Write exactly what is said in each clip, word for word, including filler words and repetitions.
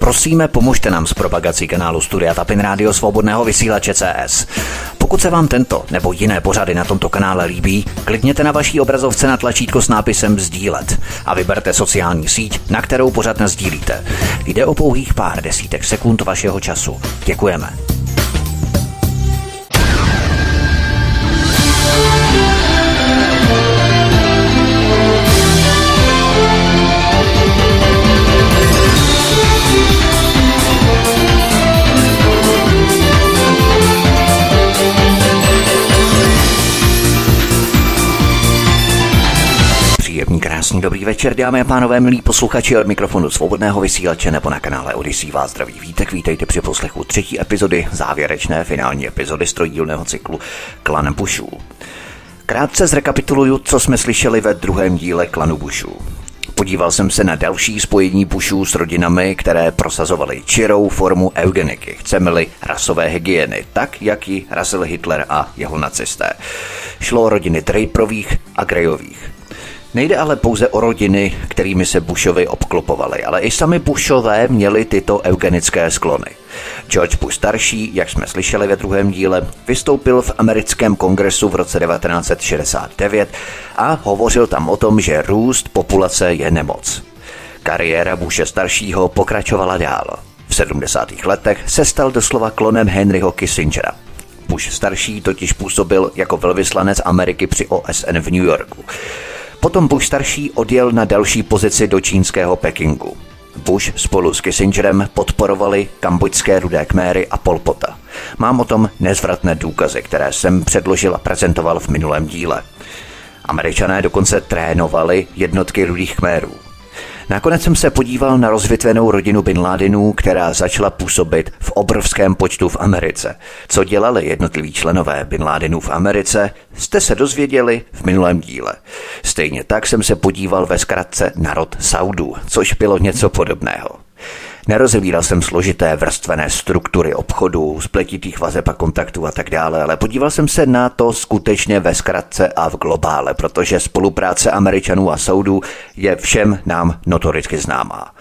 Prosíme, pomožte nám s propagací kanálu Studia Tapin Rádio Svobodného vysílače C S. Pokud se vám tento nebo jiné pořady na tomto kanále líbí, klikněte na vaší obrazovce na tlačítko s nápisem sdílet a vyberte sociální síť, na kterou pořad nasdílíte. Jde o pouhých pár desítek sekund vašeho času. Děkujeme. Příjemný, krásný, dobrý večer, dámy a pánové, milí posluchači, od mikrofonu Svobodného vysílače nebo na kanále Odyssey vás zdraví Vítek. Vítejte při poslechu třetí epizody, závěrečné finální epizody z trojdílného cyklu Klan Bushů. Krátce zrekapituluju, co jsme slyšeli ve druhém díle Klanu Bushů. Podíval jsem se na další spojení Bushů s rodinami, které prosazovaly čirou formu eugeniky, chceme-li rasové hygieny, tak jak ji razil Hitler a jeho nacisté. Šlo o rodiny Draperových a Greyových. Nejde ale pouze o rodiny, kterými se Bushovi obklopovali, ale i sami Bushové měli tyto eugenické sklony. George Bush starší, jak jsme slyšeli ve druhém díle, vystoupil v americkém kongresu v roce devatenáct set šedesát devět a hovořil tam o tom, že růst populace je nemoc. Kariéra Bushe staršího pokračovala dál. V sedmdesátých letech se stal doslova klonem Henryho Kissingera. Bush starší totiž působil jako velvyslanec Ameriky při O S N v New Yorku. Potom Bush starší odjel na další pozici do čínského Pekingu. Bush spolu s Kissingerem podporovali kambodžské Rudé Khmery a Pol Pota. Mám o tom nezvratné důkazy, které jsem předložil a prezentoval v minulém díle. Američané dokonce trénovali jednotky Rudých Khmerů. Nakonec jsem se podíval na rozvětvenou rodinu Bin Ladenů, která začala působit v obrovském počtu v Americe. Co dělali jednotliví členové Bin Ladenů v Americe, jste se dozvěděli v minulém díle. Stejně tak jsem se podíval ve zkratce na rod Saudů, což bylo něco podobného. Nerozebíral jsem složité vrstvené struktury obchodu, spletitých vazeb a kontaktů a tak dále, ale podíval jsem se na to skutečně ve zkratce a v globále, protože spolupráce Američanů a Saudů je všem nám notoricky známá.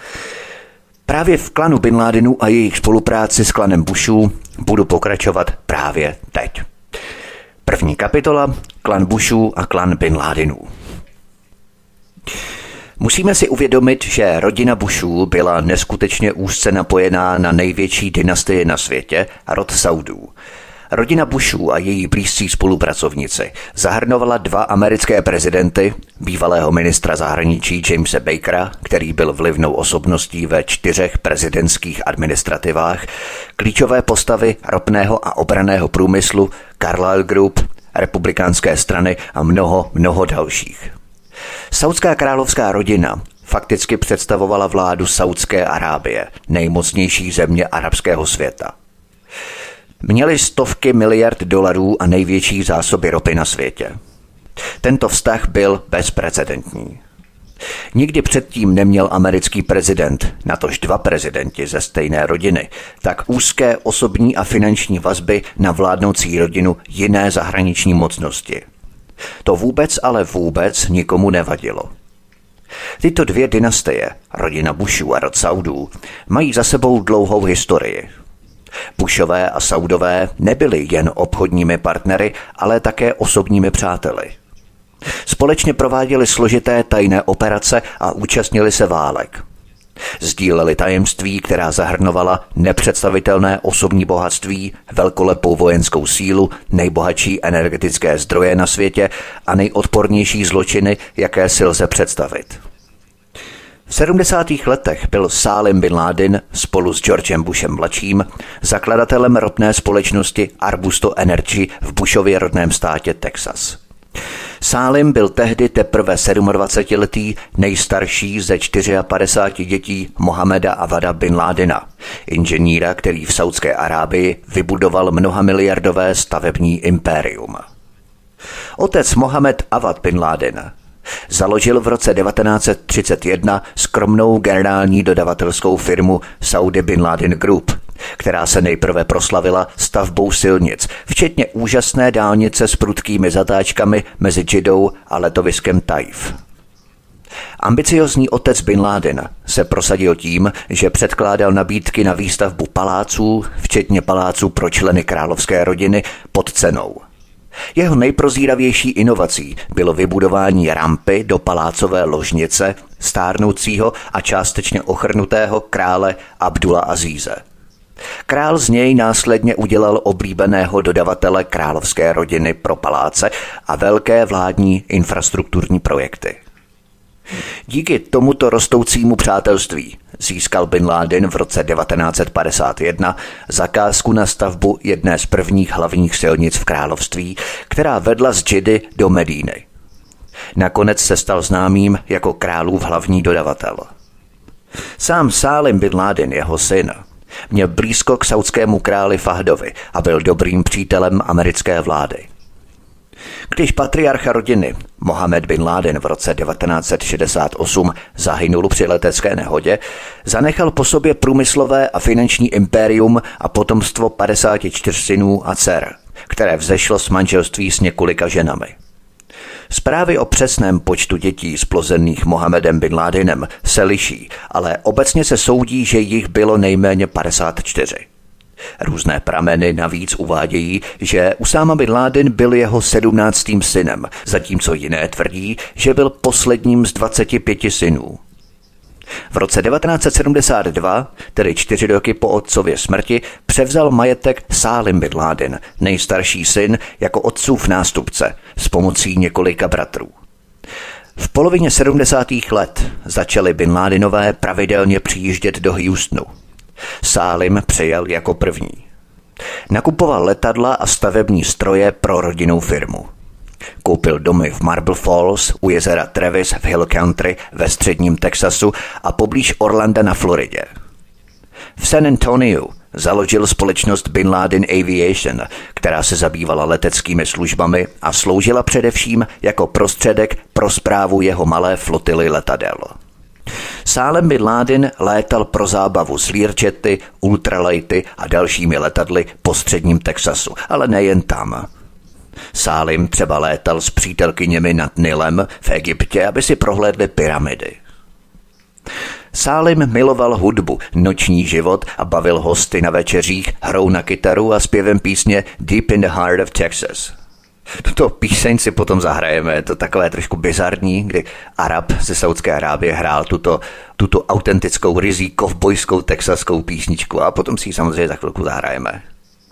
Právě v klanu Bin Ladenů a jejich spolupráci s klanem Bushů budu pokračovat právě teď. První kapitola, klan Bushů a klan Bin Ladenů. Musíme si uvědomit, že rodina Bushů byla neskutečně úzce napojená na největší dynastii na světě, rod Saudů. Rodina Bushů a její blízcí spolupracovníci zahrnovala dva americké prezidenty, bývalého ministra zahraničí Jamese Bakera, který byl vlivnou osobností ve čtyřech prezidentských administrativách, klíčové postavy ropného a obranného průmyslu, Carlyle Group, republikánské strany a mnoho, mnoho dalších. Saudská královská rodina fakticky představovala vládu Saudské Arábie, nejmocnější země arabského světa. Měli stovky miliard dolarů a největší zásoby ropy na světě. Tento vztah byl bezprecedentní. Nikdy předtím neměl americký prezident, natož dva prezidenti ze stejné rodiny, tak úzké osobní a finanční vazby na vládnoucí rodinu jiné zahraniční mocnosti. To vůbec, ale vůbec nikomu nevadilo. Tyto dvě dynastie, rodina Bushů a rod Saudů, mají za sebou dlouhou historii. Bushové a Saudové nebyli jen obchodními partnery, ale také osobními přáteli. Společně prováděli složité tajné operace a účastnili se válek. Sdíleli tajemství, která zahrnovala nepředstavitelné osobní bohatství, velkolepou vojenskou sílu, nejbohatší energetické zdroje na světě a nejodpornější zločiny, jaké si lze představit. V sedmdesátých letech byl Salim bin Laden spolu s Georgem Bushem mladším zakladatelem ropné společnosti Arbusto Energy v Bushově rodném státě Texas. Salim byl tehdy teprve sedmadvacetiletý nejstarší ze padesát čtyři dětí Mohameda Avada bin Ládena, inženýra, který v Saudské Arábii vybudoval mnohamiliardové stavební impérium. Otec Mohamed Avad bin Laden založil v roce devatenáct set třicet jedna skromnou generální dodavatelskou firmu Saudi Bin Laden Group, která se nejprve proslavila stavbou silnic, včetně úžasné dálnice s prudkými zatáčkami mezi Džidou a letoviskem Taif. Ambiciozní otec Bin Laden se prosadil tím, že předkládal nabídky na výstavbu paláců, včetně paláců pro členy královské rodiny, pod cenou. Jeho nejprozíravější inovací bylo vybudování rampy do palácové ložnice stárnoucího a částečně ochrnutého krále Abdula Azíze. Král z něj následně udělal oblíbeného dodavatele královské rodiny pro paláce a velké vládní infrastrukturní projekty. Díky tomuto rostoucímu přátelství získal Bin Laden v roce devatenáct set padesát jedna zakázku na stavbu jedné z prvních hlavních silnic v království, která vedla z Džidy do Medíny. Nakonec se stal známým jako králův hlavní dodavatel. Sám Sálim Bin Laden, jeho syn, měl blízko k saudskému králi Fahdovi a byl dobrým přítelem americké vlády. Když patriarcha rodiny Mohammed bin Laden v roce devatenáct set šedesát osm zahynul při letecké nehodě, zanechal po sobě průmyslové a finanční impérium a potomstvo padesáti čtyř synů a dcer, které vzešlo z manželství s několika ženami. Zprávy o přesném počtu dětí splozených Mohammedem bin Ladenem se liší, ale obecně se soudí, že jich bylo nejméně padesát čtyři. Různé prameny navíc uvádějí, že Usáma bin Laden byl jeho sedmnáctým synem, zatímco jiné tvrdí, že byl posledním z dvaceti pěti synů. V roce devatenáct set sedmdesát dva, tedy čtyři roky po otcově smrti, převzal majetek Sálim bin Laden, nejstarší syn, jako otcův nástupce, s pomocí několika bratrů. V polovině sedmdesátých let začali bin Ladenové pravidelně přijíždět do Houstonu. Sálim přijel jako první. Nakupoval letadla a stavební stroje pro rodinnou firmu. Koupil domy v Marble Falls u jezera Travis v Hill Country ve středním Texasu a poblíž Orlanda na Floridě. V San Antoniu založil společnost Bin Laden Aviation, která se zabývala leteckými službami a sloužila především jako prostředek pro správu jeho malé flotily letadel. Sálim bin Laden létal pro zábavu s Learjety, ultralighty a dalšími letadly po středním Texasu, ale nejen tam. Sálim třeba létal s přítelkyněmi nad Nilem v Egyptě, aby si prohlédli pyramidy. Sálim miloval hudbu, noční život a bavil hosty na večeřích hrou na kytaru a zpěvem písně Deep in the Heart of Texas. Tuto píseň si potom zahrajeme, je to takové trošku bizarní, kdy Arab ze Saudské Arábie hrál tuto, tuto autentickou, ryzí kovbojskou texaskou písničku a potom si ji samozřejmě za chvilku zahrajeme.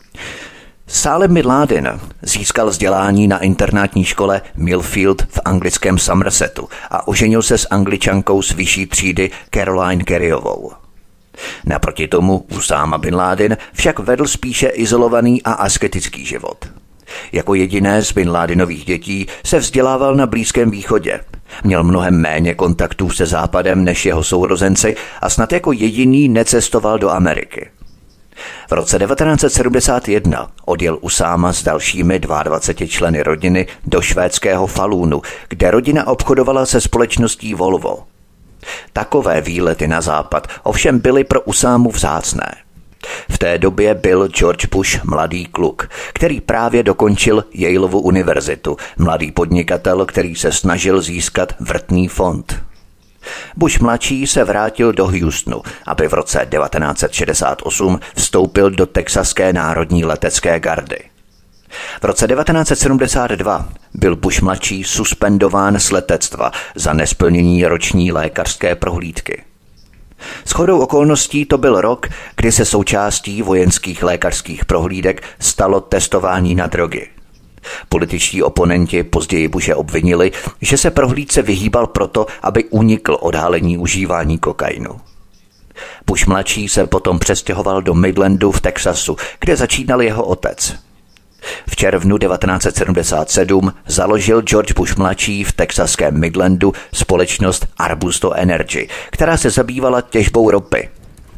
Sálim bin Laden získal vzdělání na internátní škole Millfield v anglickém Somersetu a oženil se s Angličankou z vyšší třídy Caroline Careyovou. Naproti tomu Usáma bin Laden však vedl spíše izolovaný a asketický život. Jako jediné z Bin Ladenových dětí se vzdělával na Blízkém východě. Měl mnohem méně kontaktů se Západem než jeho sourozenci a snad jako jediný necestoval do Ameriky. V roce devatenáct set sedmdesát jedna odjel Usáma s dalšími dvaceti dvěma členy rodiny do švédského Falunu, kde rodina obchodovala se společností Volvo. Takové výlety na západ ovšem byly pro Usámu vzácné. V té době byl George Bush mladý kluk, který právě dokončil Yaleovu univerzitu, mladý podnikatel, který se snažil získat vrtný fond. Bush mladší se vrátil do Houstonu, aby v roce devatenáct set šedesát osm vstoupil do Texaské národní letecké gardy. V roce devatenáct set sedmdesát dva byl Bush mladší suspendován z letectva za nesplnění roční lékařské prohlídky. Shodou okolností to byl rok, kdy se součástí vojenských lékařských prohlídek stalo testování na drogy. Političtí oponenti později Bushe obvinili, že se prohlídce vyhýbal proto, aby unikl odhalení užívání kokainu. Bush mladší se potom přestěhoval do Midlandu v Texasu, kde začínal jeho otec. V červnu devatenáct set sedmdesát sedm založil George Bush mladší v texaském Midlandu společnost Arbusto Energy, která se zabývala těžbou ropy.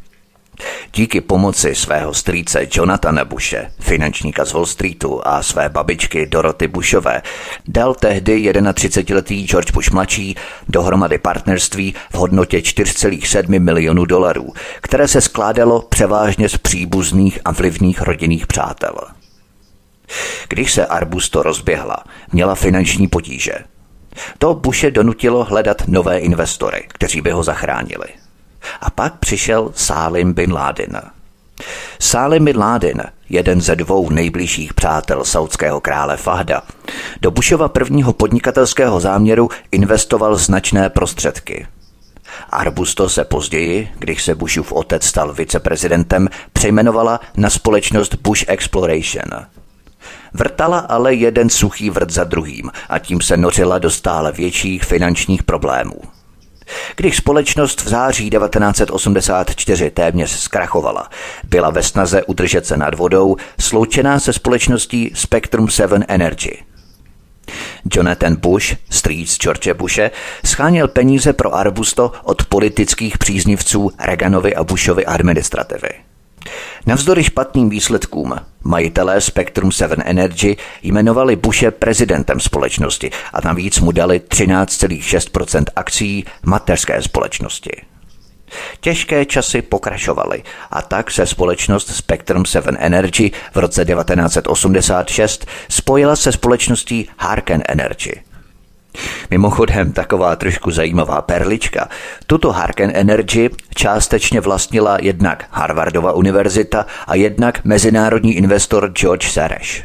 Díky pomoci svého strýce Jonathana Bushe, finančníka z Wall Streetu, a své babičky Dorothy Bushové, dal tehdy třicetijednoletý George Bush mladší dohromady partnerství v hodnotě čtyři celá sedm milionů dolarů, které se skládalo převážně z příbuzných a vlivných rodinných přátel. Když se Arbusto rozběhla, měla finanční potíže. To Bushe donutilo hledat nové investory, kteří by ho zachránili. A pak přišel Salim bin Laden. Salim bin Laden, jeden ze dvou nejbližších přátel saudského krále Fahda, do Bushova prvního podnikatelského záměru investoval značné prostředky. Arbusto se později, když se Bushův otec stal viceprezidentem, přejmenovala na společnost Bush Exploration. Vrtala ale jeden suchý vrt za druhým a tím se nořila do stále větších finančních problémů. Když společnost v září devatenáct osmdesát čtyři téměř zkrachovala, byla ve snaze udržet se nad vodou sloučená se společností Spectrum sedm Energy. Jonathan Bush, strýc George Bushe, scháněl peníze pro Arbusto od politických příznivců Reaganovy a Bushovy administrativy. Navzdory špatným výsledkům majitelé Spectrum sedm Energy jmenovali Bushe prezidentem společnosti a navíc mu dali třináct celá šest procenta akcií mateřské společnosti. Těžké časy pokračovaly a tak se společnost Spectrum sedm Energy v roce devatenáct osmdesát šest spojila se společností Harken Energy. Mimochodem taková trošku zajímavá perlička. Tuto Harken Energy částečně vlastnila jednak Harvardova univerzita a jednak mezinárodní investor George Soros.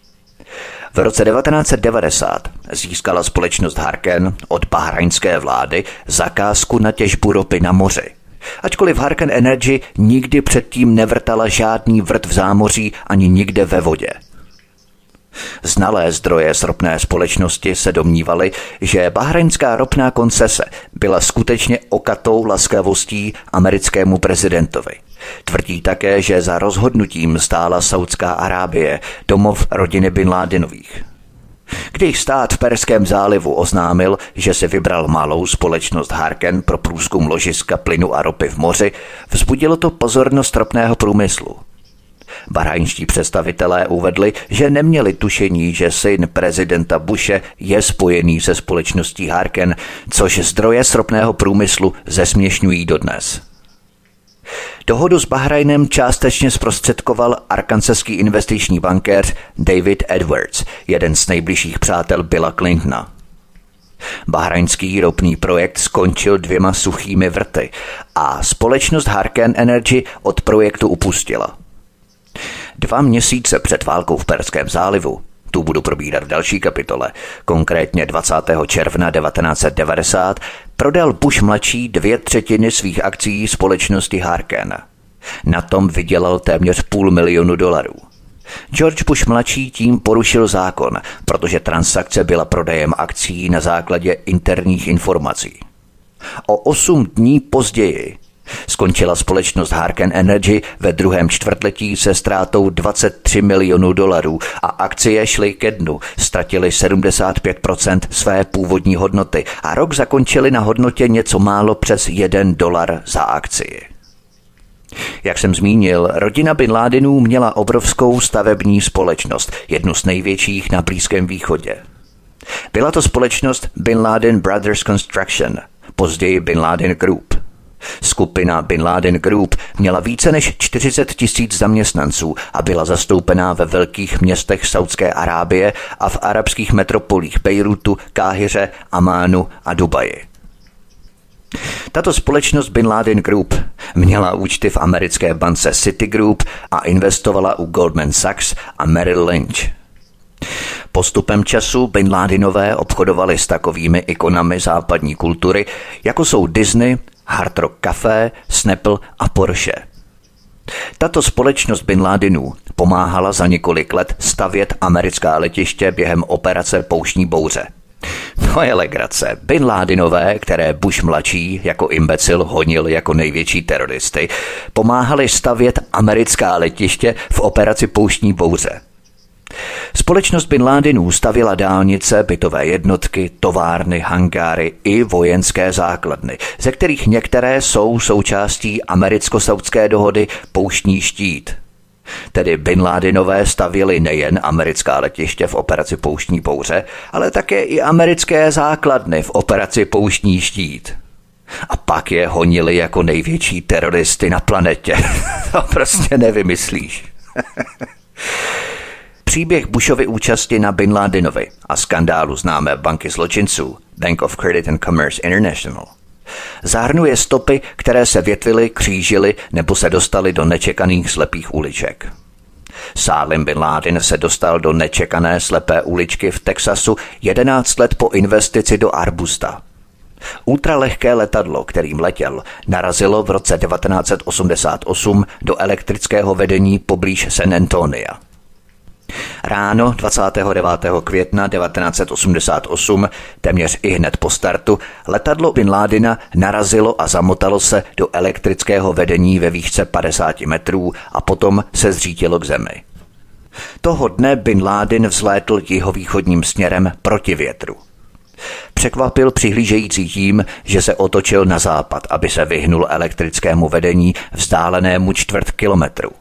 V roce devatenáct devadesát získala společnost Harken od bahrajnské vlády zakázku na těžbu ropy na moři. Ačkoliv Harken Energy nikdy předtím nevrtala žádný vrt v zámoří ani nikde ve vodě. Znalé zdroje z ropné společnosti se domnívali, že bahrajnská ropná koncese byla skutečně okatou laskavostí americkému prezidentovi. Tvrdí také, že za rozhodnutím stála Saudská Arábie, domov rodiny Bin Ladenových. Když stát v Perském zálivu oznámil, že si vybral malou společnost Harken pro průzkum ložiska plynu a ropy v moři, vzbudilo to pozornost ropného průmyslu. Bahrajnští představitelé uvedli, že neměli tušení, že syn prezidenta Bushe je spojený se společností Harken, což zdroje z ropného průmyslu zesměšňují dodnes. Dohodu s Bahrajnem částečně zprostředkoval arkansaský investiční bankéř David Edwards, jeden z nejbližších přátel Billa Clintona. Bahrajnský ropný projekt skončil dvěma suchými vrty a společnost Harken Energy od projektu upustila. Dva měsíce před válkou v Perském zálivu, tu budu probírat v další kapitole, konkrétně dvacátého června devatenáct devadesát, prodal Bush mladší dvě třetiny svých akcií společnosti Harken. Na tom vydělal téměř půl milionu dolarů. George Bush mladší tím porušil zákon, protože transakce byla prodejem akcií na základě interních informací. O osm dní později skončila společnost Harken Energy ve druhém čtvrtletí se ztrátou dvacet tři milionů dolarů a akcie šly ke dnu, ztratily sedmdesát pět procent své původní hodnoty a rok zakončili na hodnotě něco málo přes jeden dolar za akcii. Jak jsem zmínil, rodina Bin Ladenů měla obrovskou stavební společnost, jednu z největších na Blízkém východě. Byla to společnost Bin Laden Brothers Construction, později Bin Laden Group. Skupina Bin Laden Group měla více než čtyřicet tisíc zaměstnanců a byla zastoupená ve velkých městech Saudské Arábie a v arabských metropolích Bejrutu, Káhiře, Amánu a Dubaji. Tato společnost Bin Laden Group měla účty v americké bance Citigroup a investovala u Goldman Sachs a Merrill Lynch. Postupem času Bin Ladenové obchodovali s takovými ikonami západní kultury, jako jsou Disney, Hard Rock Café, Snapple a Porsche. Tato společnost Bin Ladenů pomáhala za několik let stavět americká letiště během operace Pouštní bouře. No je legrace. Bin Ladenové, které Bush mladší jako imbecil honil jako největší teroristy, pomáhali stavět americká letiště v operaci Pouštní bouře. Společnost Bin Ladenů stavěla dálnice, bytové jednotky, továrny, hangáry i vojenské základny, ze kterých některé jsou součástí americko-saudské dohody Pouštní štít. Tedy Bin Ladenové stavěli nejen americká letiště v operaci Pouštní bouře, ale také i americké základny v operaci Pouštní štít. A pak je honili jako největší teroristy na planetě. To prostě nevymyslíš. Příběh Bushovy účasti na Bin Ladenovi a skandálu známé banky zločinců Bank of Credit and Commerce International zahrnuje stopy, které se větvily, křížily nebo se dostaly do nečekaných slepých uliček. Salim bin Laden se dostal do nečekané slepé uličky v Texasu jedenáct let po investici do Arbusta. Ultralehké letadlo, kterým letěl, narazilo v roce devatenáct osmdesát osm do elektrického vedení poblíž San Antonia. Ráno dvacátého devátého května devatenáct osmdesát osm, téměř ihned po startu, letadlo Bin Ladena narazilo a zamotalo se do elektrického vedení ve výšce padesát metrů a potom se zřítilo k zemi. Toho dne Bin Laden vzlétl jihovýchodním směrem proti větru. Překvapil přihlížející tím, že se otočil na západ, aby se vyhnul elektrickému vedení vzdálenému čtvrt kilometru.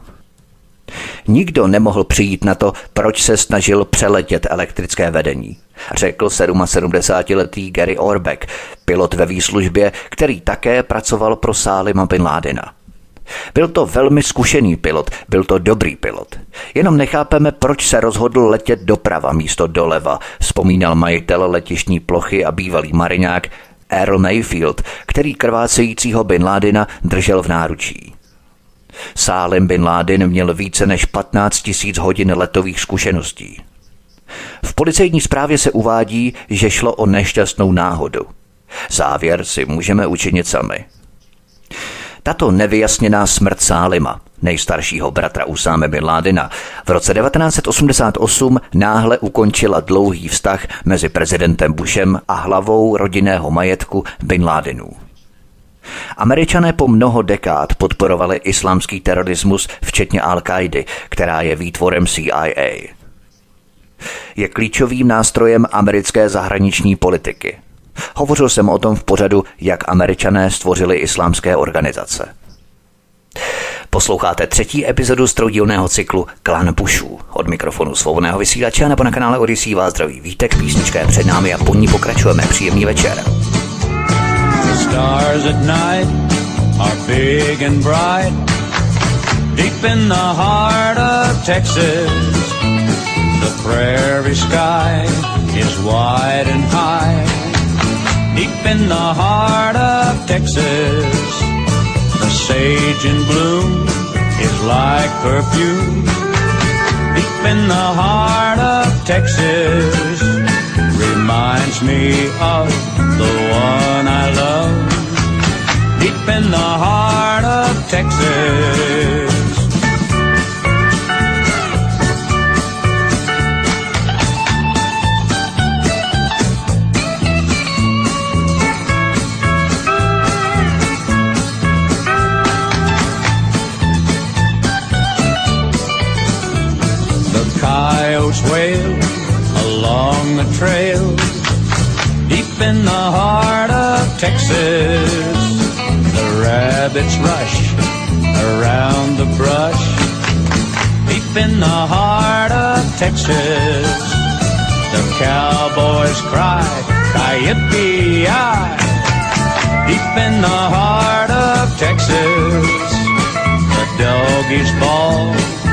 Nikdo nemohl přijít na to, proč se snažil přeletět elektrické vedení, řekl sedmdesátletý Gary Orbeck, pilot ve výslužbě, který také pracoval pro Salima bin Ladena. Byl to velmi zkušený pilot, byl to dobrý pilot. Jenom nechápeme, proč se rozhodl letět doprava místo doleva, vzpomínal majitel letištní plochy a bývalý mariňák Earl Mayfield, který krvácejícího Bin Ladena držel v náručí. Salim bin Laden měl více než patnáct tisíc hodin letových zkušeností. V policejní zprávě se uvádí, že šlo o nešťastnou náhodu. Závěr si můžeme učinit sami. Tato nevyjasněná smrt Salima, nejstaršího bratra Usáme bin Ladena, v roce devatenáct osmdesát osm náhle ukončila dlouhý vztah mezi prezidentem Bushem a hlavou rodinného majetku Bin Ladenů. Američané po mnoho dekád podporovali islámský terorismus, včetně Al-Kaidy, která je výtvorem C I A. Je klíčovým nástrojem americké zahraniční politiky. Hovořil jsem o tom v pořadu, jak Američané stvořili islámské organizace. Posloucháte třetí epizodu z troudílného cyklu Klan Bushů. Od mikrofonu Svobodného vysílače nebo na kanále Odyssey vás zdraví Vítek, písnička je před námi a po ní pokračujeme. Příjemný večer. The stars at night are big and bright, deep in the heart of Texas. The prairie sky is wide and high, deep in the heart of Texas. The sage in bloom is like perfume, deep in the heart of Texas. Reminds me of the one I love, deep in the heart of Texas. The coyotes wail along the trail, deep in the heart of Texas. The rabbits rush around the brush, deep in the heart of Texas. The cowboys cry, Ki-yip-ki-yi, deep in the heart of Texas. The doggies bawl,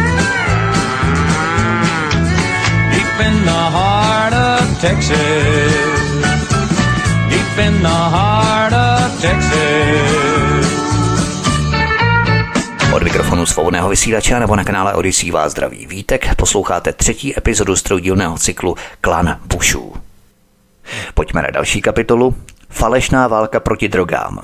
deep in the heart of Texas, deep in the heart of Texas. Od mikrofonu Svobodného vysílače nebo na kanále Odyssey vás zdraví Vítek, posloucháte třetí epizodu z troudílného cyklu Klan Bushů. Pojďme na další kapitolu. Falešná válka proti drogám.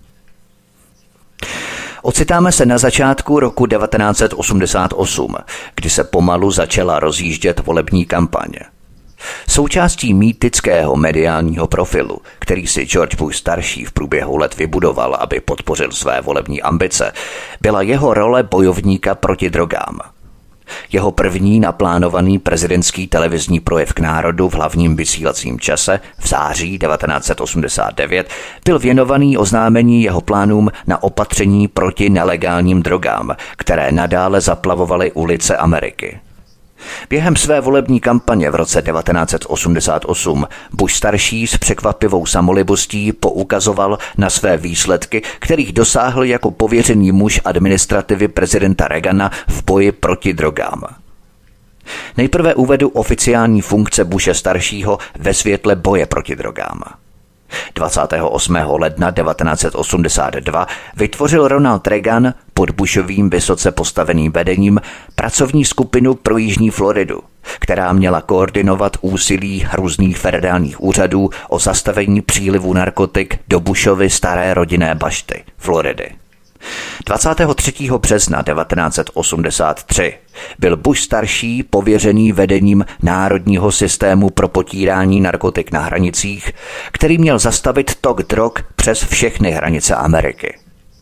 Ocitáme se na začátku roku devatenáct osmdesát osm, kdy se pomalu začala rozjíždět volební kampaně. Součástí mýtického mediálního profilu, který si George Bush starší v průběhu let vybudoval, aby podpořil své volební ambice, byla jeho role bojovníka proti drogám. Jeho první naplánovaný prezidentský televizní projev k národu v hlavním vysílacím čase v září devatenáct osmdesát devět byl věnovaný oznámení jeho plánům na opatření proti nelegálním drogám, které nadále zaplavovaly ulice Ameriky. Během své volební kampaně v roce devatenáct osmdesát osm Bush starší s překvapivou samolibostí poukazoval na své výsledky, kterých dosáhl jako pověřený muž administrativy prezidenta Reagana v boji proti drogám. Nejprve uvedu oficiální funkce Bushe staršího ve světle boje proti drogám. dvacátého osmého ledna devatenáct set osmdesát dva vytvořil Ronald Reagan pod Bushovým vysoce postaveným vedením pracovní skupinu pro jižní Floridu, která měla koordinovat úsilí různých federálních úřadů o zastavení přílivu narkotik do Bushovy staré rodinné bašty, Floridy. dvacátého třetího března devatenáct set osmdesát tři byl Bush starší pověřený vedením Národního systému pro potírání narkotik na hranicích, který měl zastavit tok drog přes všechny hranice Ameriky.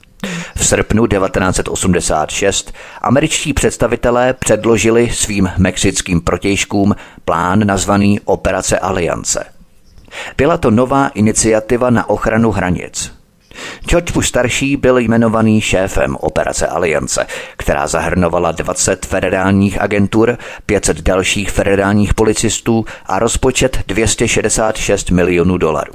V srpnu devatenáct set osmdesát šest američtí představitelé předložili svým mexickým protějškům plán nazvaný Operace Aliance. Byla to nová iniciativa na ochranu hranic. George Bush starší byl jmenovaný šéfem Operace Aliance, která zahrnovala dvacet federálních agentur, pět set dalších federálních policistů a rozpočet dvě stě šedesát šest milionů dolarů.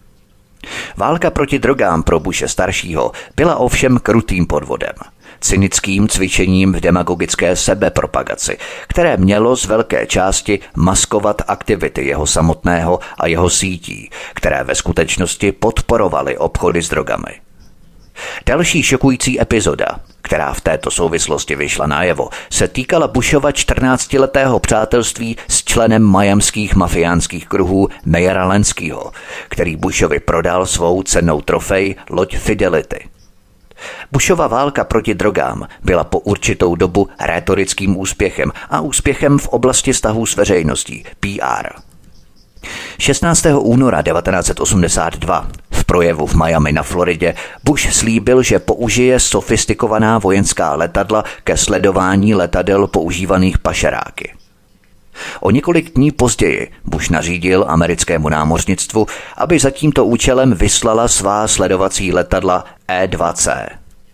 Válka proti drogám pro Bushe staršího byla ovšem krutým podvodem, cynickým cvičením v demagogické sebepropagaci, které mělo z velké části maskovat aktivity jeho samotného a jeho sítí, které ve skutečnosti podporovaly obchody s drogami. Další šokující epizoda, která v této souvislosti vyšla najevo, se týkala Bushova čtrnáctiletého přátelství s členem miamských mafiánských kruhů Meyera Lenskýho, který Bushovi prodal svou cennou trofej loď Fidelity. Bushova válka proti drogám byla po určitou dobu rétorickým úspěchem a úspěchem v oblasti vztahů s veřejností, P R. šestnáctého února devatenáct set osmdesát dva v projevu v Miami na Floridě Bush slíbil, že použije sofistikovaná vojenská letadla ke sledování letadel používaných pašeráky. O několik dní později Bush nařídil americkému námořnictvu, aby za tímto účelem vyslala svá sledovací letadla E dva C.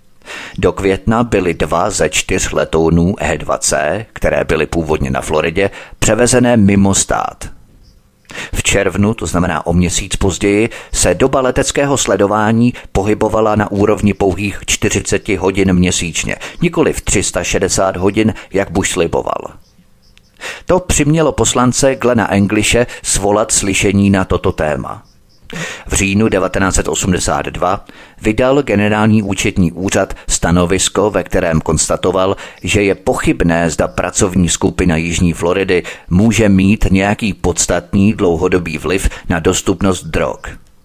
Do května byly dva ze čtyř letounů E dva C, které byly původně na Floridě, převezené mimo stát. V červnu, to znamená o měsíc později, se doba leteckého sledování pohybovala na úrovni pouhých čtyřicet hodin měsíčně, nikoli v tři sta šedesát hodin, jak Bush sliboval. To přimělo poslance Glena Englishe svolat slyšení na toto téma. V říjnu devatenáct set osmdesát dva vydal generální účetní úřad stanovisko, ve kterém konstatoval, že je pochybné, zda pracovní skupina Jižní Floridy může mít nějaký podstatný dlouhodobý vliv na dostupnost drog.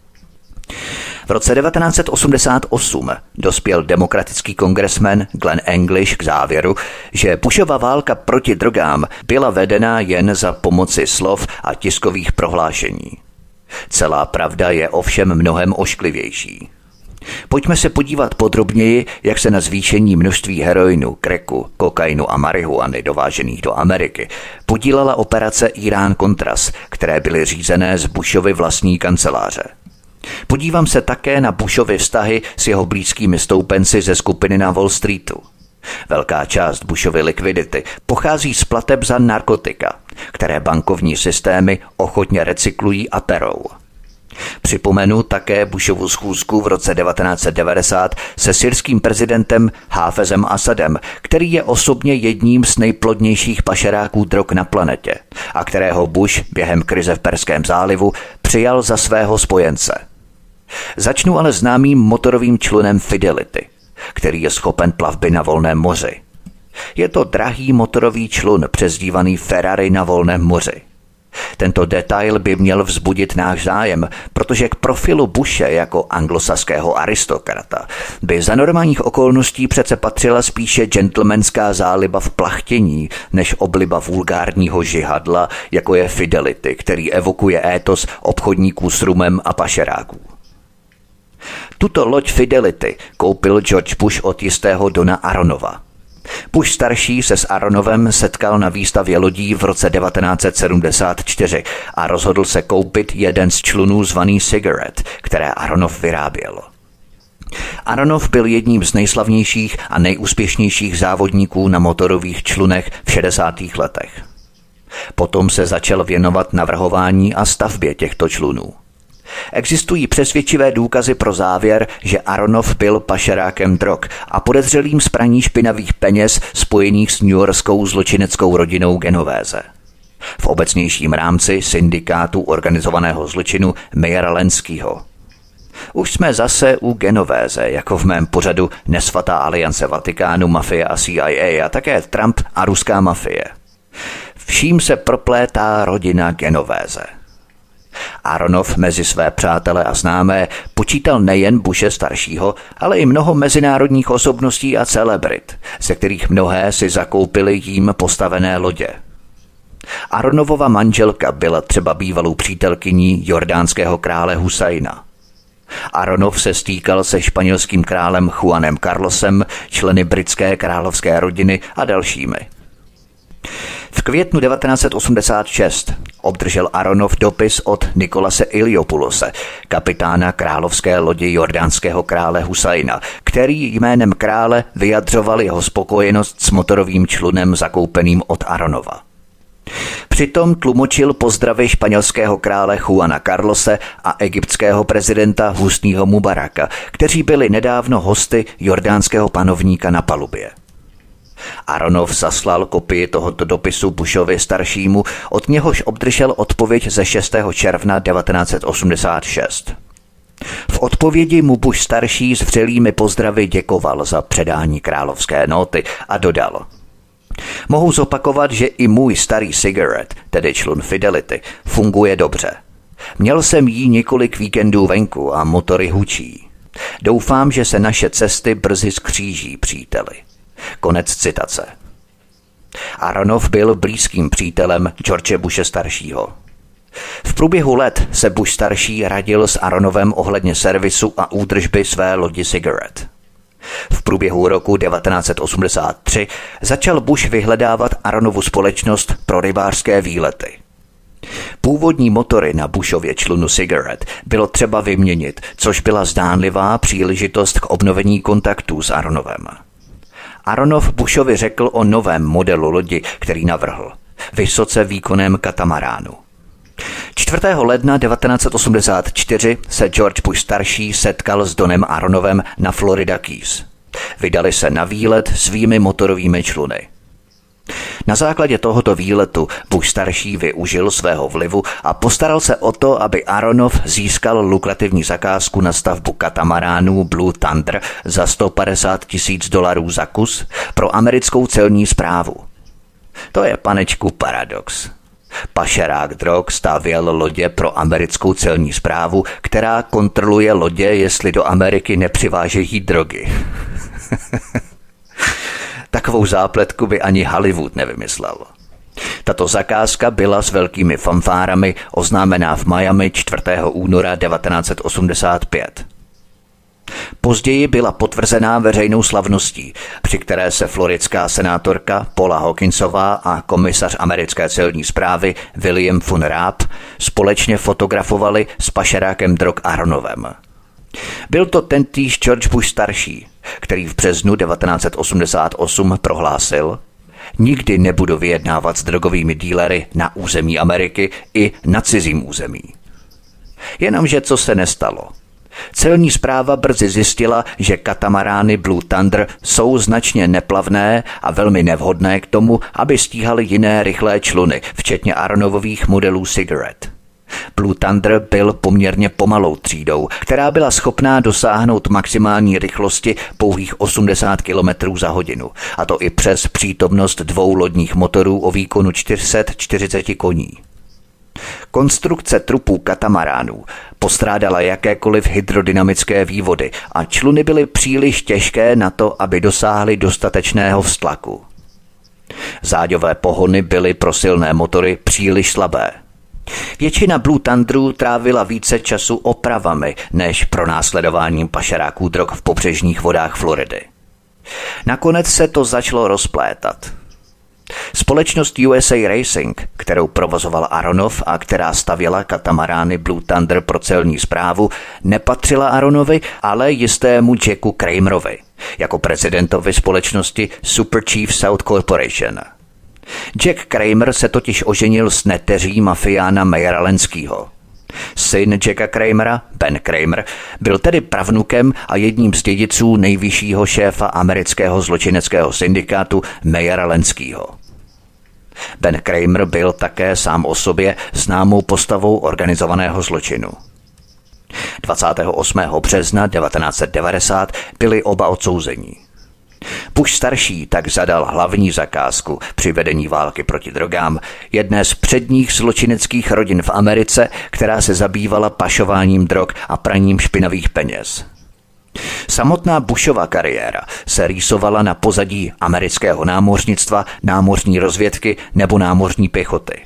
V roce devatenáct set osmdesát osm dospěl demokratický kongresmen Glenn English k závěru, že Bushova válka proti drogám byla vedena jen za pomoci slov a tiskových prohlášení. Celá pravda je ovšem mnohem ošklivější. Pojďme se podívat podrobněji, jak se na zvýšení množství heroinu, kreku, kokainu a marihuany dovážených do Ameriky podílela operace Irán-Contras, které byly řízené z Bushovy vlastní kanceláře. Podívám se také na Bushovy vztahy s jeho blízkými stoupenci ze skupiny na Wall Streetu. Velká část Bushovy likvidity pochází z plateb za narkotika, které bankovní systémy ochotně recyklují a perou. Připomenu také Bushovu schůzku v roce devatenáct set devadesát se syrským prezidentem Háfezem Asadem, který je osobně jedním z nejplodnějších pašeráků drog na planetě a kterého Bush během krize v Perském zálivu přijal za svého spojence. Začnu ale známým motorovým člunem Fidelity, který je schopen plavby na volném moři. Je to drahý motorový člun přezdívaný Ferrari na volném moři. Tento detail by měl vzbudit náš zájem, protože k profilu Bushe jako anglosaského aristokrata by za normálních okolností přece patřila spíše gentlemanská záliba v plachtění, než obliba vulgárního žihadla, jako je Fidelity, který evokuje étos obchodníků s rumem a pašeráků. Tuto loď Fidelity koupil George Bush od jistého Dona Aronova. Bush starší se s Aronovem setkal na výstavě lodí v roce devatenáct set sedmdesát čtyři a rozhodl se koupit jeden z člunů zvaný Cigarette, které Aronov vyráběl. Aronov byl jedním z nejslavnějších a nejúspěšnějších závodníků na motorových člunech v šedesátých letech. Potom se začal věnovat navrhování a stavbě těchto člunů. Existují přesvědčivé důkazy pro závěr, že Aronov byl pašerákem drog a podezřelým z praní špinavých peněz spojených s newyorskou zločineckou rodinou Genovéze. V obecnějším rámci syndikátu organizovaného zločinu Meyera Lenskýho. Už jsme zase u Genovéze, jako v mém pořadu Nesvatá aliance Vatikánu, mafie a C I A a také Trump a ruská mafie. Vším se proplétá rodina Genovéze. Aronov mezi své přátele a známé počítal nejen Bushe staršího, ale i mnoho mezinárodních osobností a celebrit, ze kterých mnohé si zakoupily jím postavené lodě. Aronovova manželka byla třeba bývalou přítelkyní jordánského krále Husajna. Aronov se stýkal se španělským králem Juanem Carlosem, členy britské královské rodiny a dalšími. V květnu devatenáct set osmdesát šest obdržel Aronov dopis od Nikolase Iliopulose, kapitána královské lodi jordánského krále Husajna, který jménem krále vyjadřoval jeho spokojenost s motorovým člunem zakoupeným od Aronova. Přitom tlumočil pozdravy španělského krále Juana Carlose a egyptského prezidenta Husního Mubaraka, kteří byli nedávno hosty jordánského panovníka na palubě. Aronov zaslal kopii tohoto dopisu Bushovi staršímu, od něhož obdržel odpověď ze šestého června devatenáct set osmdesát šest. V odpovědi mu Bush starší s vřelými pozdravy děkoval za předání královské nóty a dodal: Mohu zopakovat, že i můj starý cigarette, tedy člun Fidelity, funguje dobře. Měl jsem jí několik víkendů venku a motory hučí. Doufám, že se naše cesty brzy skříží, příteli. Konec citace. Aronov byl blízkým přítelem George Bushe staršího. V průběhu let se Bush starší radil s Aronovem ohledně servisu a údržby své lodi Cigarette. V průběhu roku devatenáct set osmdesát tři začal Bush vyhledávat Aronovu společnost pro rybářské výlety. Původní motory na Bushově člunu Cigarette bylo třeba vyměnit, což byla zdánlivá příležitost k obnovení kontaktů s Aronovem. Aronov Bushovi řekl o novém modelu lodi, který navrhl, vysoce výkonném katamaránu. čtvrtého ledna devatenáct set osmdesát čtyři se George Bush starší setkal s Donem Aronovem na Florida Keys. Vydali se na výlet svými motorovými čluny. Na základě tohoto výletu Bush starší využil svého vlivu a postaral se o to, aby Aronov získal lukrativní zakázku na stavbu katamaránů Blue Thunder za sto padesát tisíc dolarů za kus pro americkou celní správu. To je, panečku, paradox. Pašerák drog stavěl lodě pro americkou celní správu, která kontroluje lodě, jestli do Ameriky nepřivážejí drogy. Takovou zápletku by ani Hollywood nevymyslel. Tato zakázka byla s velkými fanfárami oznámená v Miami čtvrtého února devatenáct set osmdesát pět. Později byla potvrzená veřejnou slavností, při které se floridská senátorka Paula Hawkinsová a komisař americké celní správy William von Raab společně fotografovali s pašerákem drog Aronovem. Byl to tentýž George Bush starší, který v březnu devatenáct set osmdesát osm prohlásil: Nikdy nebudu vyjednávat s drogovými dílery na území Ameriky i na cizím území. Jenomže co se nestalo? Celní správa brzy zjistila, že katamarány Blue Thunder jsou značně neplavné a velmi nevhodné k tomu, aby stíhaly jiné rychlé čluny, včetně Aronových modelů Cigarette. Blue Thunder byl poměrně pomalou třídou, která byla schopná dosáhnout maximální rychlosti pouhých osmdesát kilometrů za hodinu, a to i přes přítomnost dvou lodních motorů o výkonu čtyři sta čtyřicet koní. Konstrukce trupů katamaránů postrádala jakékoliv hydrodynamické vývody a čluny byly příliš těžké na to, aby dosáhly dostatečného vztlaku. Záďové pohony byly pro silné motory příliš slabé. Většina Blue Thunderů trávila více času opravami než pronásledováním pašeráků drog v pobřežních vodách Floridy. Nakonec se to začalo rozplétat. Společnost U S A Racing, kterou provozoval Aronov a která stavěla katamarány Blue Thunder pro celní správu, nepatřila Aronovi, ale jistému Jacku Kramerovi, jako prezidentovi společnosti Super Chief South Corporation. Jack Kramer se totiž oženil s neteří mafiána Meyera Lenskýho. Syn Jacka Kramera, Ben Kramer, byl tedy pravnukem a jedním z dědiců nejvyššího šéfa amerického zločineckého syndikátu Meyera Lenskýho. Ben Kramer byl také sám o sobě známou postavou organizovaného zločinu. dvacátého osmého března devatenáct set devadesát byli oba odsouzeni. Bush starší tak zadal hlavní zakázku při vedení války proti drogám jedné z předních zločineckých rodin v Americe, která se zabývala pašováním drog a praním špinavých peněz. Samotná Bushova kariéra se rýsovala na pozadí amerického námořnictva, námořní rozvědky nebo námořní pěchoty.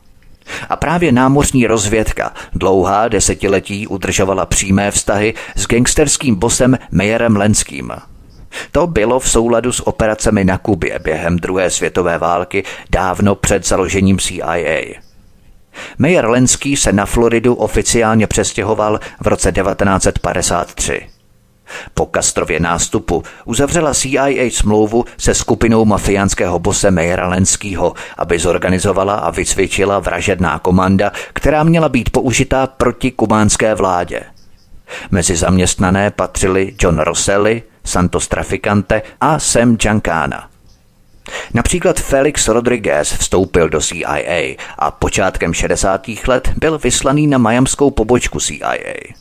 A právě námořní rozvědka dlouhá desetiletí udržovala přímé vztahy s gangsterským bosem Meyerem Lenským. To bylo v souladu s operacemi na Kubě během druhé světové války dávno před založením C I A. Meyer Lenský se na Floridu oficiálně přestěhoval v roce devatenáct set padesát tři. Po Castrově nástupu uzavřela C I A smlouvu se skupinou mafiánského bose Meyera Lenskýho, aby zorganizovala a vycvičila vražedná komanda, která měla být použitá proti kubánské vládě. Mezi zaměstnané patřili John Rosselli, Santos Traficante a Sam Giancana. Například Felix Rodriguez vstoupil do C I A a počátkem šedesátých let byl vyslaný na miamskou pobočku C I A.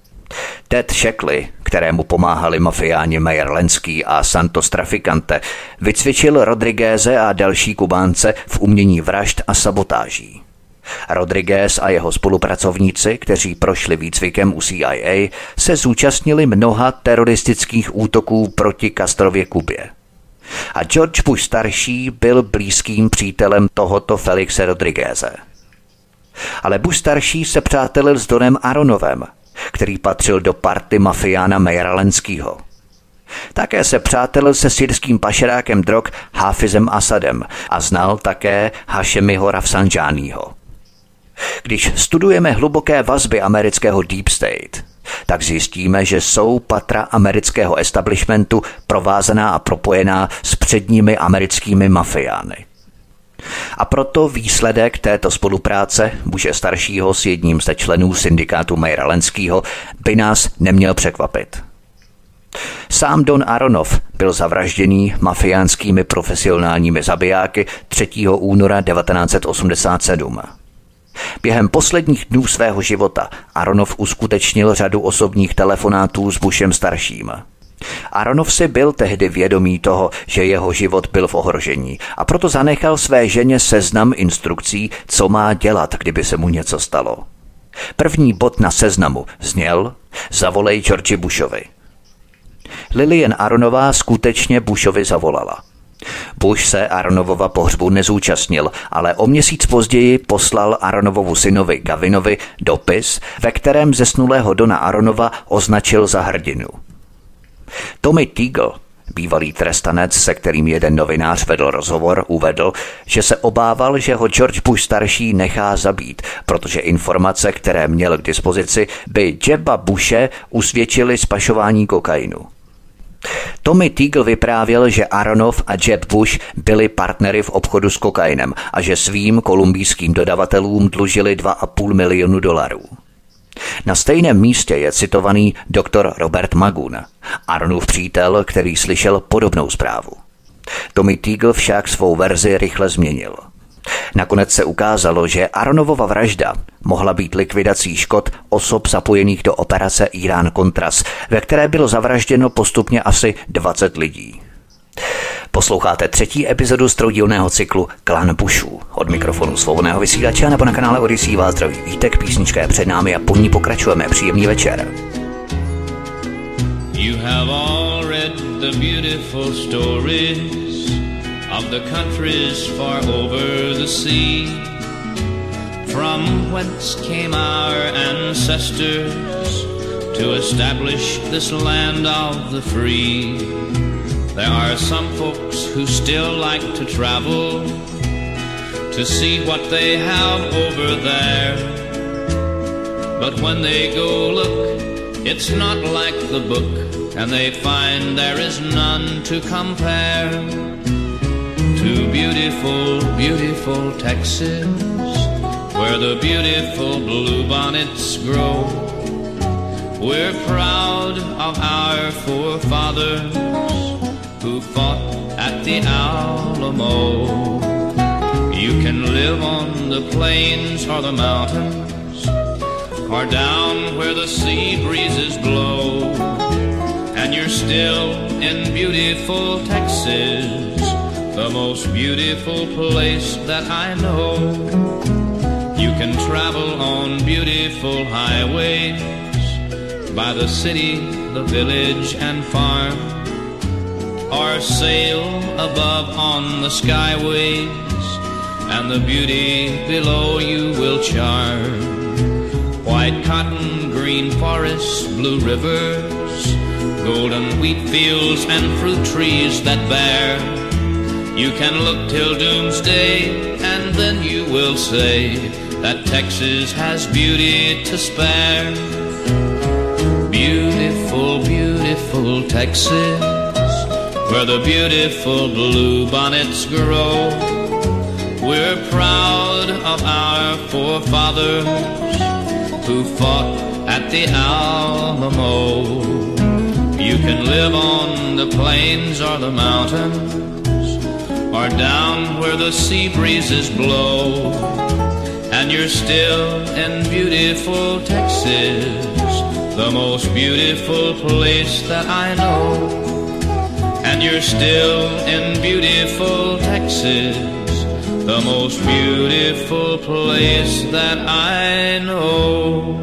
Ted Shackley, kterému pomáhali mafiáni Meyer Lenský a Santos Traficante, vycvičil Rodrigueze a další Kubánce v umění vražd a sabotáží. Rodriguez a jeho spolupracovníci, kteří prošli výcvikem u C I A, se zúčastnili mnoha teroristických útoků proti Castrově Kubě. A George Bush starší byl blízkým přítelem tohoto Felixe Rodrigueze. Ale Bush starší se přátelil s Donem Aronovem, který patřil do party mafiána Meyera Lenskýho. Také se přátelil se syrským pašerákem drog Hafizem Asadem a znal také Hašemiho Rafsanjáního. Když studujeme hluboké vazby amerického Deep State, tak zjistíme, že jsou patra amerického establishmentu provázaná a propojená s předními americkými mafiány. A proto výsledek této spolupráce Bushe staršího s jedním ze členů syndikátu Meyera Lenskýho by nás neměl překvapit. Sám Don Aronoff byl zavražděný mafiánskými profesionálními zabijáky třetího února devatenáct set osmdesát sedm. Během posledních dnů svého života Aronoff uskutečnil řadu osobních telefonátů s Bushem starším. Aronoff si byl tehdy vědomý toho, že jeho život byl v ohrožení a proto zanechal své ženě seznam instrukcí, co má dělat, kdyby se mu něco stalo. První bod na seznamu zněl: zavolej George Bushovi. Lillian Aronová skutečně Bushovi zavolala. Bush se Aronovova pohřbu nezúčastnil, ale o měsíc později poslal Aronovovu synovi Gavinovi dopis, ve kterém zesnulého Dona Aronova označil za hrdinu. Tommy Teagle, bývalý trestanec, se kterým jeden novinář vedl rozhovor, uvedl, že se obával, že ho George Bush starší nechá zabít, protože informace, které měl k dispozici, by Jeba Bushe usvědčily spašování kokainu. Tommy Teagle vyprávěl, že Aronoff a Jeb Bush byli partnery v obchodu s kokainem a že svým kolumbijským dodavatelům dlužili dva a půl milionu dolarů. Na stejném místě je citovaný doktor Robert Magun, Aronův přítel, který slyšel podobnou zprávu. Tommy Teagle však svou verzi rychle změnil. Nakonec se ukázalo, že Aronovova vražda mohla být likvidací škod osob zapojených do operace Irán-Contras, ve které bylo zavražděno postupně asi dvacet lidí. Posloucháte třetí epizodu z troudílného cyklu Klan Bushů. Od mikrofonu Svobodného vysílače nebo na kanále Odyssey vás zdraví Vítek, písnička je před námi a po ní pokračujeme. Příjemný večer. You have all read the beautiful stories of the countries far over the sea, from whence came our ancestors to establish this land of the free. There are some folks who still like to travel to see what they have over there, but when they go look, it's not like the book, and they find there is none to compare to beautiful, beautiful Texas, where the beautiful bluebonnets grow. We're proud of our forefathers who fought at the Alamo. You can live on the plains or the mountains, or down where the sea breezes blow, and you're still in beautiful Texas, the most beautiful place that I know. You can travel on beautiful highways, by the city, the village and farm, or sail above on the skyways, and the beauty below you will charm. White cotton, green forests, blue rivers, golden wheat fields and fruit trees that bear. You can look till doomsday and then you will say that Texas has beauty to spare. Beautiful, beautiful Texas, where the beautiful bluebonnets grow. We're proud of our forefathers who fought at the Alamo. You can live on the plains or the mountains, or down where the sea breezes blow, and you're still in beautiful Texas, the most beautiful place that I know. And you're still in beautiful Texas, the most beautiful place that I know.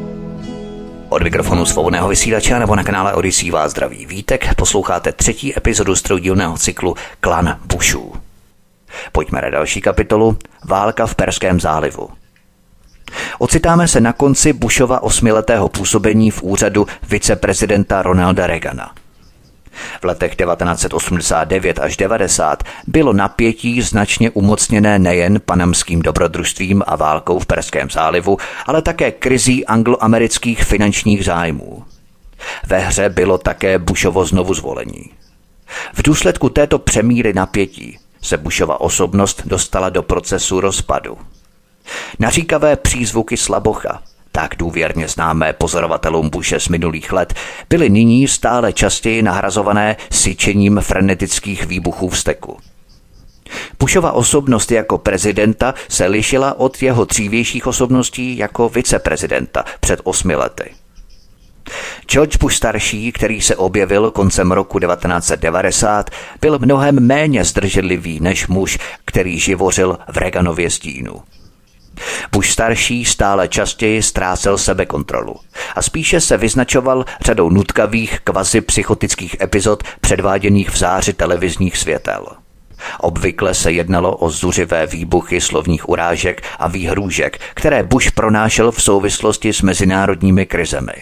Od mikrofonu Svobodného vysílače nebo na kanále Odyssey vás zdraví Vítek. Posloucháte třetí epizodu z troudílného cyklu Klan Bushů. Pojďme na další kapitolu. Válka v Perském zálivu. Ocitáme se na konci Bushova osmiletého působení v úřadu viceprezidenta Ronalda Reagana. V letech devatenáct osmdesát devět až devadesát bylo napětí značně umocněné nejen panamským dobrodružstvím a válkou v Perském zálivu, ale také krizí angloamerických finančních zájmů. Ve hře bylo také Bushovo znovuzvolení. V důsledku této přemíry napětí se Bushova osobnost dostala do procesu rozpadu. Naříkavé přízvuky slabocha, tak důvěrně známé pozorovatelům Bushe z minulých let, byly nyní stále častěji nahrazované syčením frenetických výbuchů vzteku. Bushova osobnost jako prezidenta se lišila od jeho dřívějších osobností jako viceprezidenta před osmi lety. George Bush starší, který se objevil koncem roku devatenáct devadesát, byl mnohem méně zdrženlivý než muž, který živořil v Reaganově stínu. Bush starší stále častěji ztrácel sebekontrolu a spíše se vyznačoval řadou nutkavých kvazipsychotických epizod předváděných v záři televizních světel. Obvykle se jednalo o zuřivé výbuchy slovních urážek a výhrůžek, které Bush pronášel v souvislosti s mezinárodními krizemi.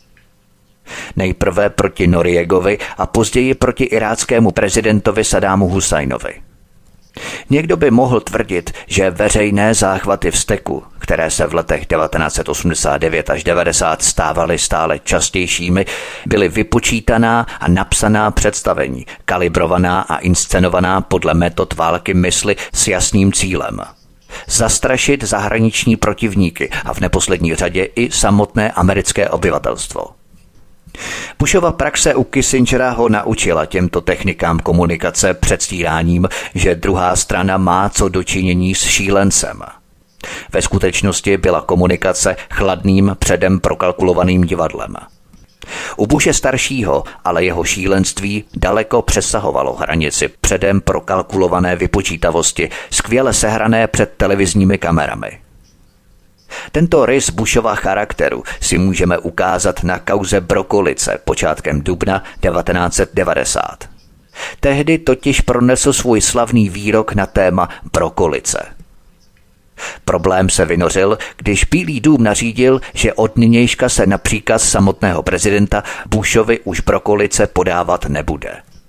Nejprve proti Noriegovi a později proti iráckému prezidentovi Saddámu Husajnovi. Někdo by mohl tvrdit, že veřejné záchvaty vzteku, které se v letech devatenáct osmdesát devět až devadesát stávaly stále častějšími, byly vypočítaná a napsaná představení, kalibrovaná a inscenovaná podle metod války mysli s jasným cílem. Zastrašit zahraniční protivníky a v neposlední řadě i samotné americké obyvatelstvo. Bushova praxe u Kissingera ho naučila těmto technikám komunikace předstíráním, že druhá strana má co dočinění s šílencem. Ve skutečnosti byla komunikace chladným, předem prokalkulovaným divadlem. U Bushe staršího ale jeho šílenství daleko přesahovalo hranici předem prokalkulované vypočítavosti, skvěle sehrané před televizními kamerami. Tento rys Bushova charakteru si můžeme ukázat na kauze Brokolice počátkem dubna devatenáct devadesát. Tehdy totiž pronesl svůj slavný výrok na téma Brokolice. Problém se vynořil, když Bílý dům nařídil, že od nynějška se na příkaz samotného prezidenta Bushovi už Brokolice podávat nebude.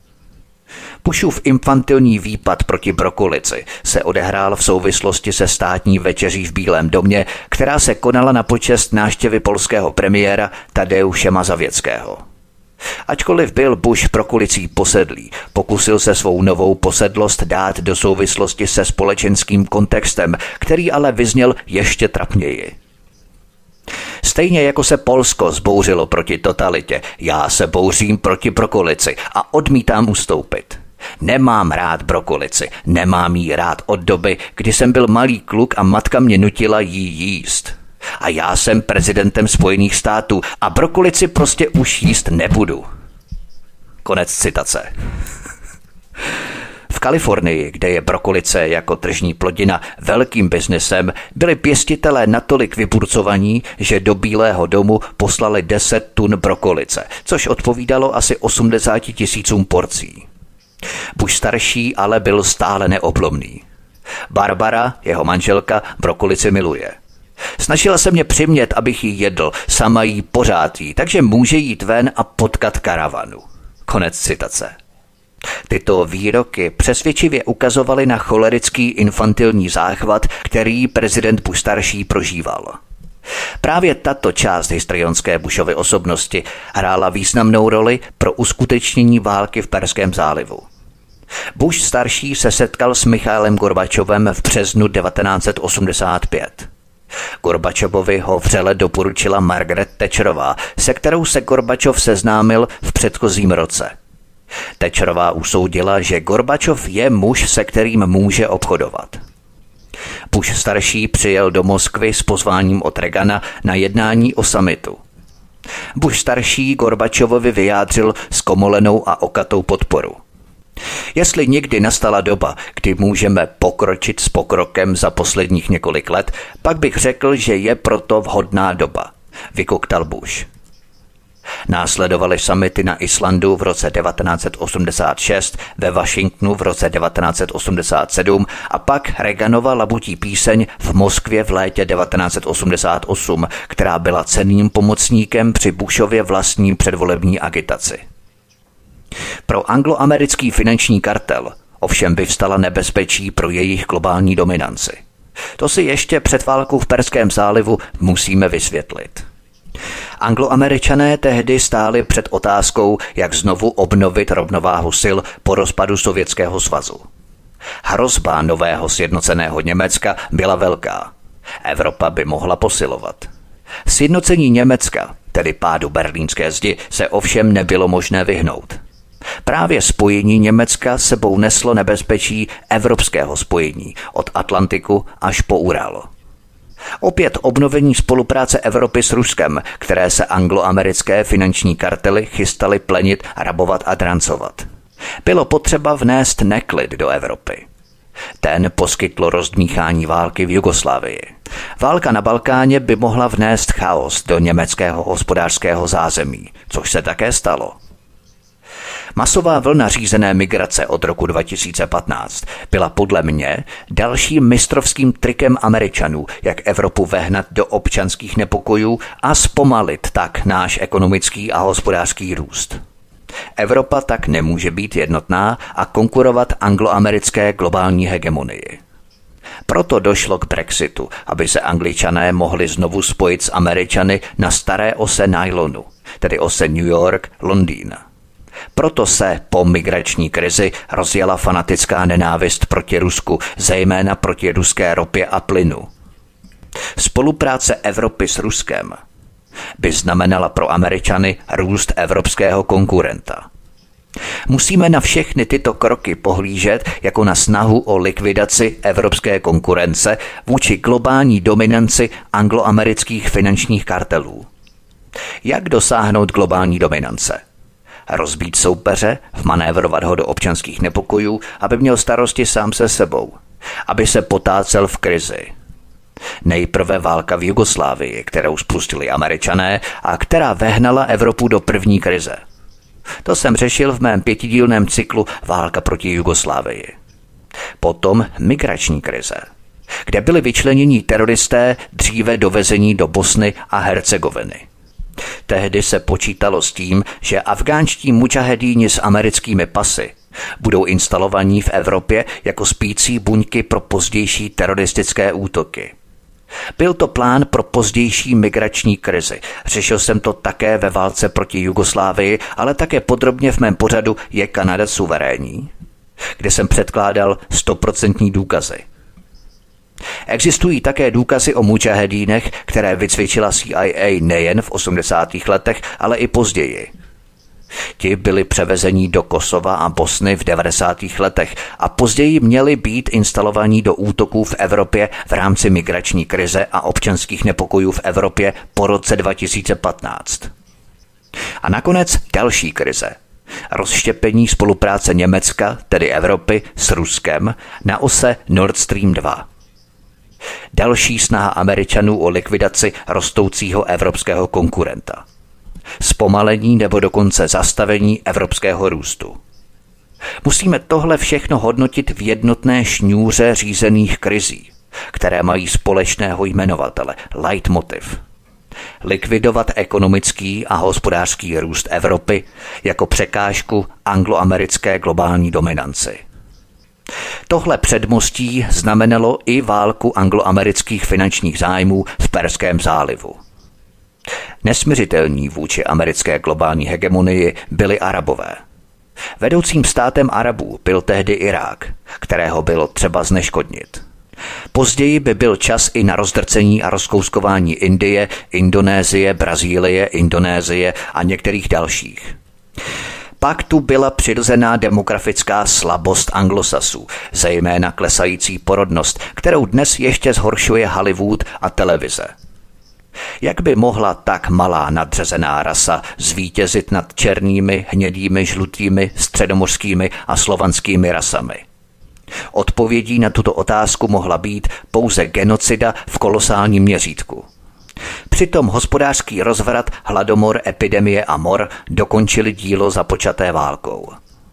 Bushův infantilní výpad proti Brokolici se odehrál v souvislosti se státní večeří v Bílém domě, která se konala na počest návštěvy polského premiéra Tadeusze Mazowieckiego. Ačkoliv byl Bush prokolicí posedlý, pokusil se svou novou posedlost dát do souvislosti se společenským kontextem, který ale vyzněl ještě trapněji. Stejně jako se Polsko zbouřilo proti totalitě, já se bouřím proti brokolici a odmítám ustoupit. Nemám rád brokolici, nemám jí rád od doby, kdy jsem byl malý kluk a matka mě nutila jí jíst. A já jsem prezidentem Spojených států a brokolici prostě už jíst nebudu. Konec citace. V Kalifornii, kde je brokolice jako tržní plodina velkým biznesem, byli pěstitelé natolik vyburcovaní, že do Bílého domu poslali deset tun brokolice, což odpovídalo asi osmdesáti tisícům porcí. Bush starší ale byl stále neoblomný. Barbara, jeho manželka, brokolici miluje. Snažila se mě přimět, abych ji jedl, sama jí pořád jí, takže může jít ven a potkat karavanu. Konec citace. Tyto výroky přesvědčivě ukazovaly na cholerický infantilní záchvat, který prezident Bush starší prožíval. Právě tato část histrionské Bushovy osobnosti hrála významnou roli pro uskutečnění války v Perském zálivu. Bush starší se setkal s Michailem Gorbačovem v březnu devatenáct set osmdesát pět. Gorbačovovi ho vřele doporučila Margaret Thatcherová, se kterou se Gorbačov seznámil v předchozím roce. Thatcherová usoudila, že Gorbačov je muž, se kterým může obchodovat. Bush starší přijel do Moskvy s pozváním od Reagana na jednání o summitu. Bush starší Gorbačovovi vyjádřil zkomolenou a okatou podporu. Jestli někdy nastala doba, kdy můžeme pokročit s pokrokem za posledních několik let, pak bych řekl, že je proto vhodná doba, vykoktal Bush. Následovaly summity na Islandu v roce devatenáct set osmdesát šest, ve Washingtonu v roce devatenáct set osmdesát sedm a pak Reaganova labutí píseň v Moskvě v létě devatenáct set osmdesát osm, která byla cenným pomocníkem při Bushově vlastní předvolební agitaci. Pro angloamerický finanční kartel ovšem vyvstala nebezpečí pro jejich globální dominanci. To si ještě před válkou v Perském zálivu musíme vysvětlit. Angloameričané tehdy stáli před otázkou, jak znovu obnovit rovnováhu sil po rozpadu Sovětského svazu. Hrozba nového sjednoceného Německa byla velká. Evropa by mohla posilovat. Sjednocení Německa, tedy pádu berlínské zdi, se ovšem nebylo možné vyhnout. Právě spojení Německa sebou neslo nebezpečí evropského spojení od Atlantiku až po Ural. Opět obnovení spolupráce Evropy s Ruskem, které se angloamerické finanční kartely chystaly plenit, rabovat a drancovat. Bylo potřeba vnést neklid do Evropy. Ten poskytlo rozdmíchání války v Jugoslávii. Válka na Balkáně by mohla vnést chaos do německého hospodářského zázemí, což se také stalo. Masová vlna řízené migrace od roku dva tisíce patnáct byla podle mě dalším mistrovským trikem Američanů, jak Evropu vehnat do občanských nepokojů a zpomalit tak náš ekonomický a hospodářský růst. Evropa tak nemůže být jednotná a konkurovat angloamerické globální hegemonii. Proto došlo k Brexitu, aby se Angličané mohli znovu spojit s Američany na staré ose nylonu, tedy ose New York, Londýn. Proto se po migrační krizi rozjela fanatická nenávist proti Rusku, zejména proti ruské ropě a plynu. Spolupráce Evropy s Ruskem by znamenala pro Američany růst evropského konkurenta. Musíme na všechny tyto kroky pohlížet jako na snahu o likvidaci evropské konkurence vůči globální dominanci angloamerických finančních kartelů. Jak dosáhnout globální dominance? Rozbít soupeře, vmanévrovat ho do občanských nepokojů, aby měl starosti sám se sebou, aby se potácel v krizi. Nejprve válka v Jugoslávii, kterou spustili Američané a která vehnala Evropu do první krize. To jsem řešil v mém pětidílném cyklu Válka proti Jugoslávii. Potom migrační krize, kde byli vyčlenění teroristé dříve dovezení do Bosny a Hercegoviny. Tehdy se počítalo s tím, že afgánští mudžahedíni s americkými pasy budou instalovaní v Evropě jako spící buňky pro pozdější teroristické útoky. Byl to plán pro pozdější migrační krizi. Řešil jsem to také ve válce proti Jugoslávii, ale také podrobně v mém pořadu Je Kanada suverénní, kde jsem předkládal stoprocentní důkazy. Existují také důkazy o mudžahedínech, které vycvičila C I A nejen v osmdesátých letech, ale i později. Ti byli převezeni do Kosova a Bosny v devadesátých letech a později měli být instalovaní do útoků v Evropě v rámci migrační krize a občanských nepokojů v Evropě po roce dva tisíce patnáct. A nakonec další krize. Rozštěpení spolupráce Německa, tedy Evropy, s Ruskem na ose Nord Stream dva. Další snaha Američanů o likvidaci rostoucího evropského konkurenta. Zpomalení nebo dokonce zastavení evropského růstu. Musíme tohle všechno hodnotit v jednotné šňůře řízených krizí, které mají společného jmenovatele, leitmotiv. Likvidovat ekonomický a hospodářský růst Evropy jako překážku angloamerické globální dominanci. Tohle předmostí znamenalo i válku angloamerických finančních zájmů v Perském zálivu. Nesmiřitelní vůči americké globální hegemonii byli Arabové. Vedoucím státem Arabů byl tehdy Irák, kterého bylo třeba zneškodnit. Později by byl čas i na rozdrcení a rozkouskování Indie, Indonésie, Brazílie, Indonésie a některých dalších. Pak tu byla přirozená demografická slabost Anglosasů, zejména klesající porodnost, kterou dnes ještě zhoršuje Hollywood a televize. Jak by mohla tak malá nadřazená rasa zvítězit nad černými, hnědými, žlutými, středomořskými a slovanskými rasami? Odpovědí na tuto otázku mohla být pouze genocida v kolosálním měřítku. Přitom hospodářský rozvrat, hladomor, epidemie a mor dokončili dílo započaté válkou.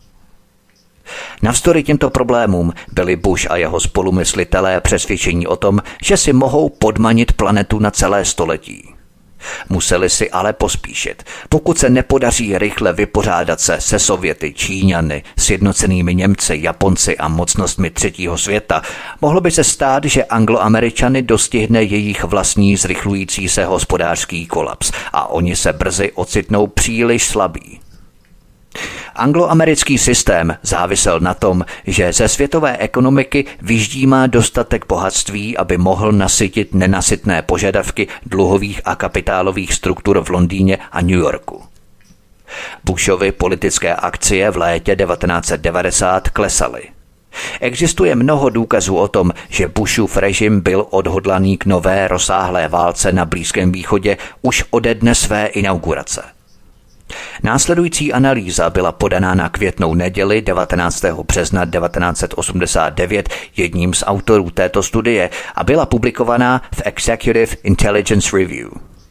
Navzdory těmto problémům byli Bush a jeho spolumyslitelé přesvědčení o tom, že si mohou podmanit planetu na celé století. Museli si ale pospíšit. Pokud se nepodaří rychle vypořádat se se Sověty, Číňany, sjednocenými Němci, Japonci a mocnostmi třetího světa, mohlo by se stát, že Angloameričany dostihne jejich vlastní zrychlující se hospodářský kolaps a oni se brzy ocitnou příliš slabí. Angloamerický systém závisel na tom, že ze světové ekonomiky vyždímá dostatek bohatství, aby mohl nasytit nenasytné požadavky dluhových a kapitálových struktur v Londýně a New Yorku. Bushovy politické akcie v létě devatenáct set devadesát klesaly. Existuje mnoho důkazů o tom, že Bushův režim byl odhodlaný k nové rozsáhlé válce na Blízkém východě už ode dne své inaugurace. Následující analýza byla podaná na Květnou neděli devatenáctého března devatenáct set osmdesát devět jedním z autorů této studie a byla publikovaná v Executive Intelligence Review.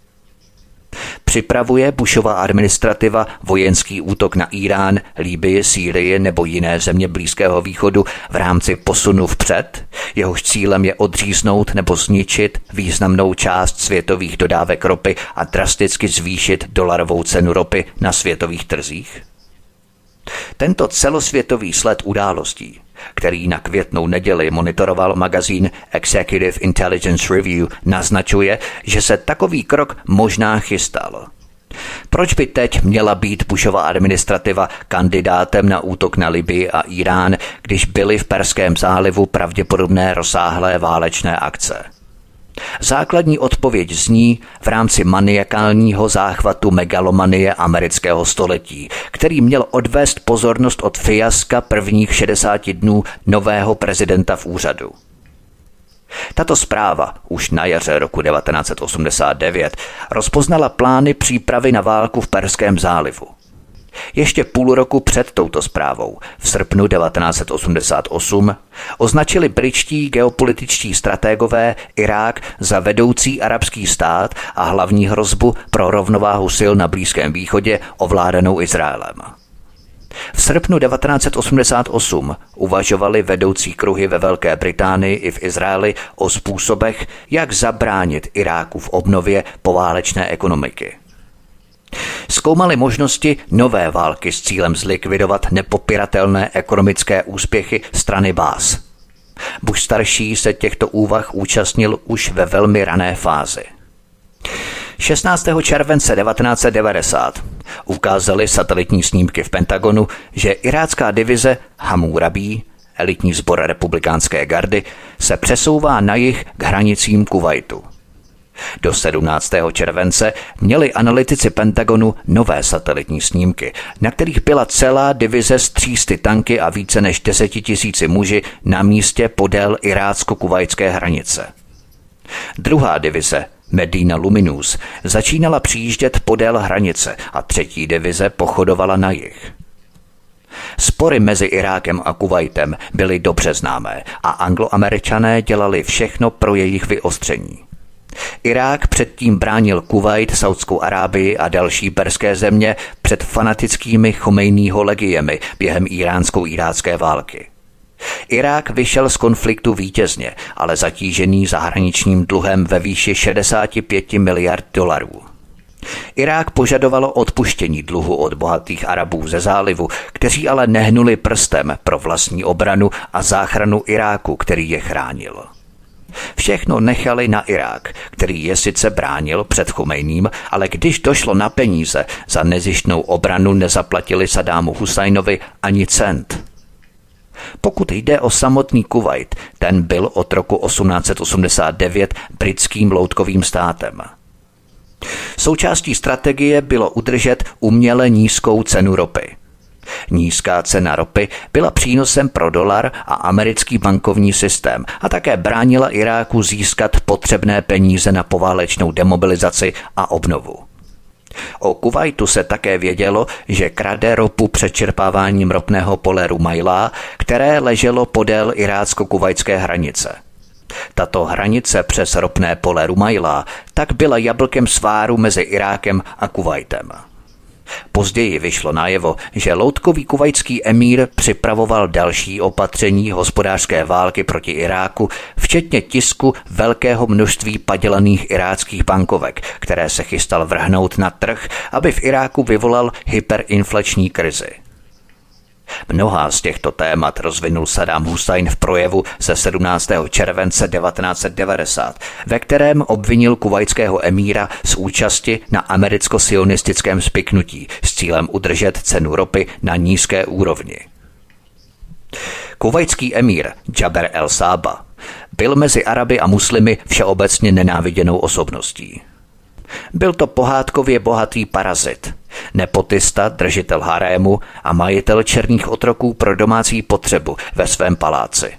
Připravuje Bushova administrativa vojenský útok na Irán, Libyi, Sýrii nebo jiné země Blízkého východu v rámci posunu vpřed? Jehož cílem je odříznout nebo zničit významnou část světových dodávek ropy a drasticky zvýšit dolarovou cenu ropy na světových trzích? Tento celosvětový sled událostí, který na Květnou neděli monitoroval magazín Executive Intelligence Review, naznačuje, že se takový krok možná chystal. Proč by teď měla být Bushova administrativa kandidátem na útok na Libyi a Irán, když byly v Perském zálivu pravděpodobné rozsáhlé válečné akce? Základní odpověď zní v rámci maniakálního záchvatu megalomanie amerického století, který měl odvést pozornost od fiaska prvních šedesáti dnů nového prezidenta v úřadu. Tato zpráva už na jaře roku devatenáct set osmdesát devět rozpoznala plány přípravy na válku v Perském zálivu. Ještě půl roku před touto zprávou, v srpnu devatenáct set osmdesát osm, označili britští geopolitičtí stratégové Irák za vedoucí arabský stát a hlavní hrozbu pro rovnováhu sil na Blízkém východě ovládanou Izraelem. V srpnu devatenáct set osmdesát osm uvažovali vedoucí kruhy ve Velké Británii i v Izraeli o způsobech, jak zabránit Iráku v obnově poválečné ekonomiky. Zkoumali možnosti nové války s cílem zlikvidovat nepopiratelné ekonomické úspěchy strany Baas. Bush starší se těchto úvah účastnil už ve velmi rané fázi. šestnáctého července devatenáct set devadesát ukázaly satelitní snímky v Pentagonu, že irácká divize Hammurabi, elitní sbor republikánské gardy, se přesouvá na jih k hranicím Kuvajtu. Do sedmnáctého července měli analytici Pentagonu nové satelitní snímky, na kterých byla celá divize s tři sty tanky a více než desetitisíci muži na místě podél irácko-kuvajské hranice. Druhá divize, Medina Luminous, začínala přijíždět podél hranice a třetí divize pochodovala na jih. Spory mezi Irákem a Kuvajtem byly dobře známé a Angloameričané dělali všechno pro jejich vyostření. Irák předtím bránil Kuvajt, Saudskou Arábii a další perské země před fanatickými Chomejního legiemi během iránsko-irácké války. Irák vyšel z konfliktu vítězně, ale zatížený zahraničním dluhem ve výši šedesát pět miliard dolarů. Irák požadovalo odpuštění dluhu od bohatých Arabů ze zálivu, kteří ale nehnuli prstem pro vlastní obranu a záchranu Iráku, který je chránil. Všechno nechali na Irák, který je sice bránil před Chomejním, ale když došlo na peníze, za nezištnou obranu nezaplatili Saddámu Husajnovi ani cent. Pokud jde o samotný Kuvajt, ten byl od roku osmnáct set osmdesát devět britským loutkovým státem. Součástí strategie bylo udržet uměle nízkou cenu ropy. Nízká cena ropy byla přínosem pro dolar a americký bankovní systém a také bránila Iráku získat potřebné peníze na poválečnou demobilizaci a obnovu. O Kuvajtu se také vědělo, že krade ropu přečerpáváním ropného pole Rumaila, které leželo podél irácko-kuvajské hranice. Tato hranice přes ropné pole Rumaila tak byla jablkem sváru mezi Irákem a Kuvajtem. Později vyšlo najevo, že loutkový kuvajský emír připravoval další opatření hospodářské války proti Iráku, včetně tisku velkého množství padělaných iráckých bankovek, které se chystal vrhnout na trh, aby v Iráku vyvolal hyperinflační krizi. Mnohá z těchto témat rozvinul Saddám Husajn v projevu ze sedmnáctého července devatenáct set devadesát, ve kterém obvinil kuvajského emíra z účasti na americko-sionistickém spiknutí s cílem udržet cenu ropy na nízké úrovni. Kuvajský emír Jaber el-Sába byl mezi Araby a muslimy všeobecně nenáviděnou osobností. Byl to pohádkově bohatý parazit, nepotista, držitel harému a majitel černých otroků pro domácí potřebu ve svém paláci.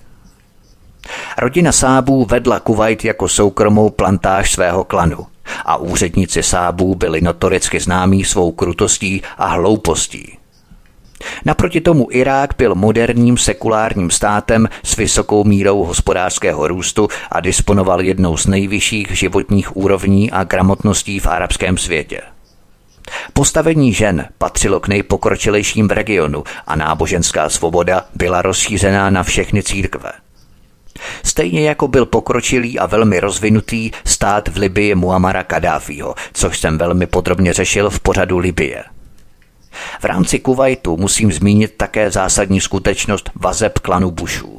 Rodina Sábů vedla Kuvajt jako soukromou plantáž svého klanu a úředníci Sábů byli notoricky známí svou krutostí a hloupostí. Naproti tomu Irák byl moderním sekulárním státem s vysokou mírou hospodářského růstu a disponoval jednou z nejvyšších životních úrovní a gramotností v arabském světě. Postavení žen patřilo k nejpokročilejším v regionu a náboženská svoboda byla rozšířená na všechny církve. Stejně jako byl pokročilý a velmi rozvinutý stát v Libyi Muammara Kaddáfího, což jsem velmi podrobně řešil v pořadu Libye. V rámci Kuvajtu musím zmínit také zásadní skutečnost vazeb klanu Bushů.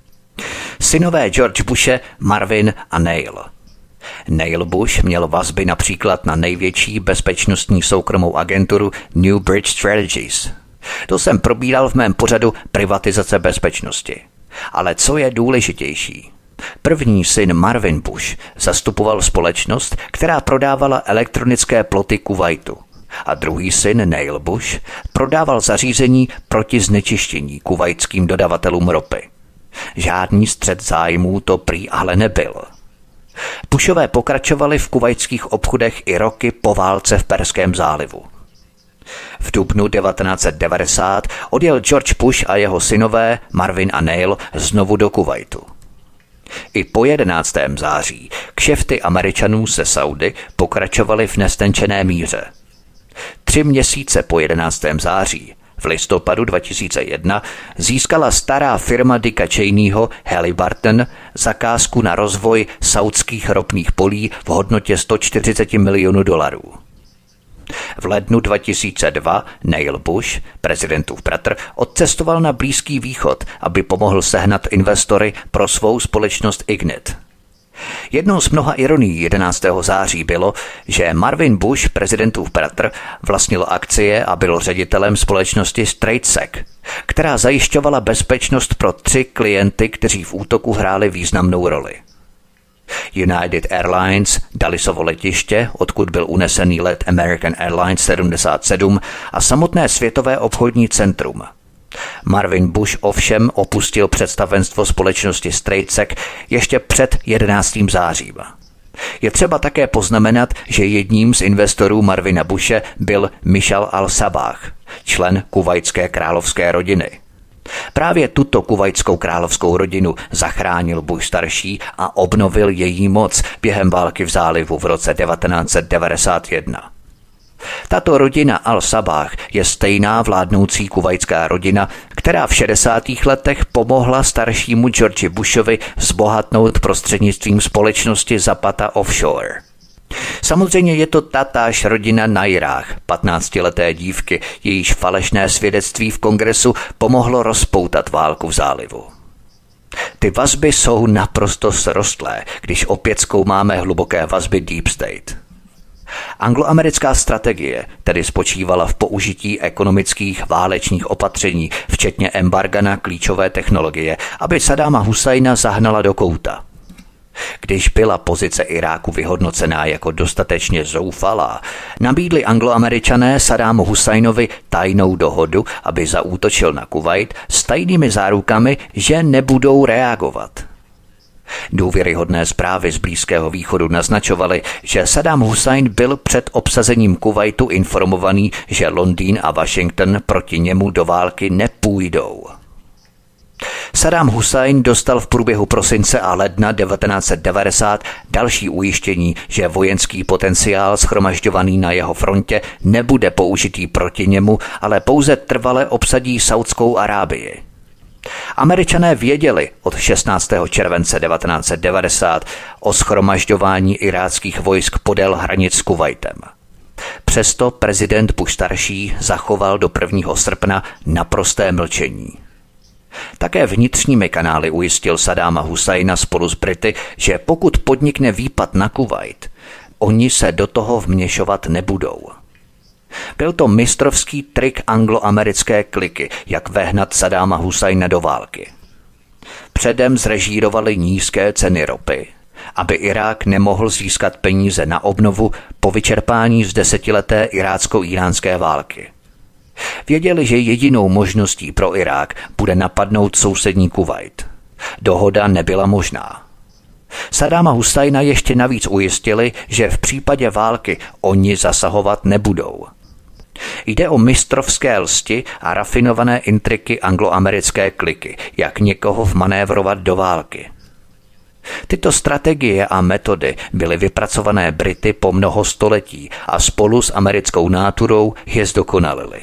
Synové George Bushe, Marvin a Neil. Neil Bush měl vazby například na největší bezpečnostní soukromou agenturu New Bridge Strategies. To jsem probíral v mém pořadu Privatizace bezpečnosti. Ale co je důležitější? První syn Marvin Bush zastupoval společnost, která prodávala elektronické ploty Kuvajtu. A druhý syn Neil Bush prodával zařízení proti znečištění kuvajtským dodavatelům ropy. Žádný střet zájmů to prý ale nebyl. Bushové pokračovali v kuvajtských obchodech i roky po válce v Perském zálivu. V dubnu devatenáct set devadesát odjel George Bush a jeho synové Marvin a Neil znovu do Kuvajtu. I po jedenáctého září kšefty Američanů se Saudy pokračovaly v nestenčené míře. Tři měsíce po jedenáctého září, v listopadu dva tisíce jedna, získala stará firma Dicka Cheneyho Halliburton zakázku na rozvoj saudských ropných polí v hodnotě sto čtyřicet milionů dolarů. V lednu dva tisíce dva Neil Bush, prezidentův bratr, odcestoval na Blízký východ, aby pomohl sehnat investory pro svou společnost Ignite. Jednou z mnoha ironií jedenáctého září bylo, že Marvin Bush, prezidentův bratr, vlastnil akcie a byl ředitelem společnosti StraightSec, která zajišťovala bezpečnost pro tři klienty, kteří v útoku hráli významnou roli. United Airlines, Dallasovo letiště, odkud byl unesený let American Airlines sedmdesát sedm, a samotné Světové obchodní centrum. Marvin Bush ovšem opustil představenstvo společnosti StraightSec ještě před jedenáctým zářím. Je třeba také poznamenat, že jedním z investorů Marvina Bushe byl Michal al-Sabah, člen kuvajtské královské rodiny. Právě tuto kuvajtskou královskou rodinu zachránil Bush starší a obnovil její moc během války v zálivu v roce devatenáct set devadesát jedna. Tato rodina al-Sabah je stejná vládnoucí kuvajtská rodina, která v šedesátých letech pomohla staršímu George Bushovi zbohatnout prostřednictvím společnosti Zapata Offshore. Samozřejmě je to tatáž rodina Nairách, patnáctileté dívky, jejíž falešné svědectví v kongresu pomohlo rozpoutat válku v zálivu. Ty vazby jsou naprosto srostlé, když opět zkoumáme hluboké vazby Deep State. Angloamerická strategie tedy spočívala v použití ekonomických válečných opatření, včetně embarga na klíčové technologie, aby Saddáma Husajna zahnala do kouta. Když byla pozice Iráku vyhodnocená jako dostatečně zoufalá, nabídli Angloameričané Saddámu Husajnovi tajnou dohodu, aby zaútočil na Kuvajt s tajnými zárukami, že nebudou reagovat. Důvěryhodné zprávy z Blízkého východu naznačovaly, že Saddám Husajn byl před obsazením Kuvajtu informovaný, že Londýn a Washington proti němu do války nepůjdou. Saddám Husajn dostal v průběhu prosince a ledna devatenáct set devadesát další ujištění, že vojenský potenciál shromažďovaný na jeho frontě nebude použitý proti němu, ale pouze trvale obsadí Saudskou Arábii. Američané věděli od šestnáctého července devatenáct set devadesát o shromažďování iráckých vojsk podél hranic s Kuvajtem. Přesto prezident Bush starší zachoval do prvního srpna naprosté mlčení. Také vnitřními kanály ujistil Saddáma Husajna spolu s Brity, že pokud podnikne výpad na Kuvajt, oni se do toho vměšovat nebudou. Byl to mistrovský trik angloamerické kliky, jak vehnat Saddáma Husajna do války. Předem zrežírovali nízké ceny ropy, aby Irák nemohl získat peníze na obnovu po vyčerpání z desetileté irácko-íránské války. Věděli, že jedinou možností pro Irák bude napadnout sousední Kuvajt. Dohoda nebyla možná. Saddáma Husajna ještě navíc ujistili, že v případě války oni zasahovat nebudou. Jde o mistrovské lsti a rafinované intriky angloamerické kliky, jak někoho vmanévrovat do války. Tyto strategie a metody byly vypracované Brity po mnoho století a spolu s americkou náturou je zdokonalili.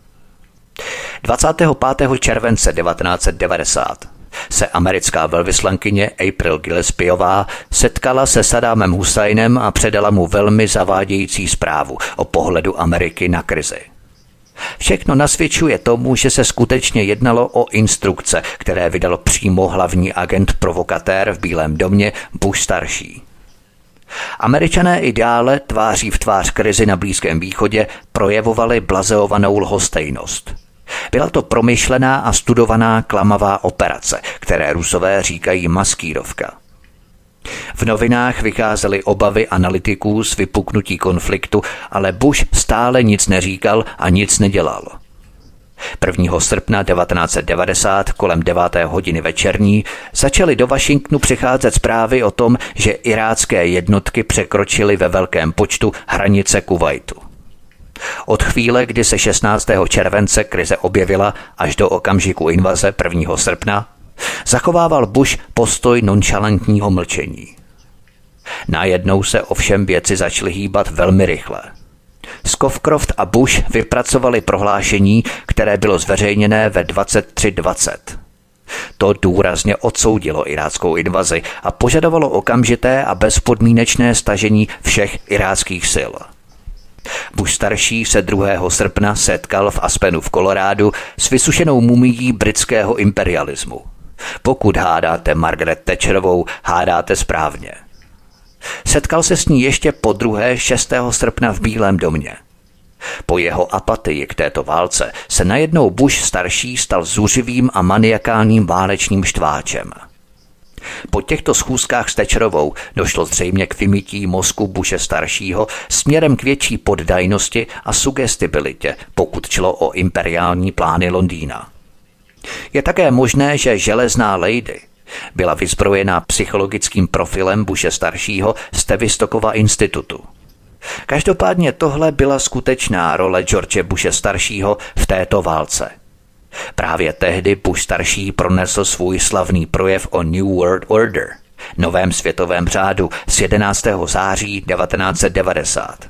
dvacátého pátého července devatenáct set devadesát se americká velvyslankyně April Gillespiová setkala se Saddámem Husajnem a předala mu velmi zavádějící zprávu o pohledu Ameriky na krizi. Všechno nasvědčuje tomu, že se skutečně jednalo o instrukce, které vydal přímo hlavní agent provokatér v Bílém domě Bush starší. Američané i dále tváří v tvář krizi na Blízkém východě projevovali blazeovanou lhostejnost. Byla to promyšlená a studovaná klamavá operace, které Rusové říkají maskírovka. V novinách vycházely obavy analytiků z vypuknutí konfliktu, ale Bush stále nic neříkal a nic nedělal. prvního srpna devatenáct set devadesát kolem deváté hodiny večerní začaly do Washingtonu přicházet zprávy o tom, že irácké jednotky překročily ve velkém počtu hranice Kuvajtu. Od chvíle, kdy se šestnáctého července krize objevila až do okamžiku invaze prvního srpna, zachovával Bush postoj nonchalantního mlčení. Najednou se ovšem věci začaly hýbat velmi rychle. Scowcroft a Bush vypracovali prohlášení, které bylo zveřejněné ve dvacet tři dvacet. To důrazně odsoudilo iráckou invazi a požadovalo okamžité a bezpodmínečné stažení všech iráckých sil. Bush starší se druhého srpna setkal v Aspenu v Kolorádu s vysušenou mumií britského imperialismu. Pokud hádáte Margaret Thatcherovou, hádáte správně. Setkal se s ní ještě po druhé šestého srpna v Bílém domě. Po jeho apatii k této válce se najednou Bush starší stal zuřivým a maniakálním válečným štváčem. Po těchto schůzkách s Thatcherovou došlo zřejmě k vymytí mozku Bushe staršího směrem k větší poddajnosti a sugestibilitě, pokud šlo o imperiální plány Londýna. Je také možné, že železná lady byla vyzbrojená psychologickým profilem Bushe staršího z Tavistokova institutu. Každopádně tohle byla skutečná role George Bushe staršího v této válce. Právě tehdy Bush starší pronesl svůj slavný projev o New World Order, novém světovém řádu z jedenáctého září devatenáct set devadesát.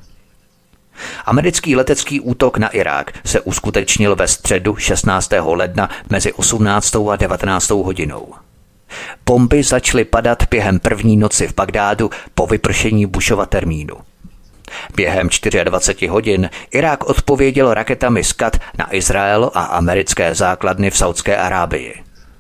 Americký letecký útok na Irák se uskutečnil ve středu šestnáctého ledna mezi osmnáctou a devatenáctou hodinou. Bomby začaly padat během první noci v Bagdádu po vypršení Bushova termínu. Během dvacet čtyři hodin Irák odpověděl raketami Scud na Izrael a americké základny v Saudské Arábii.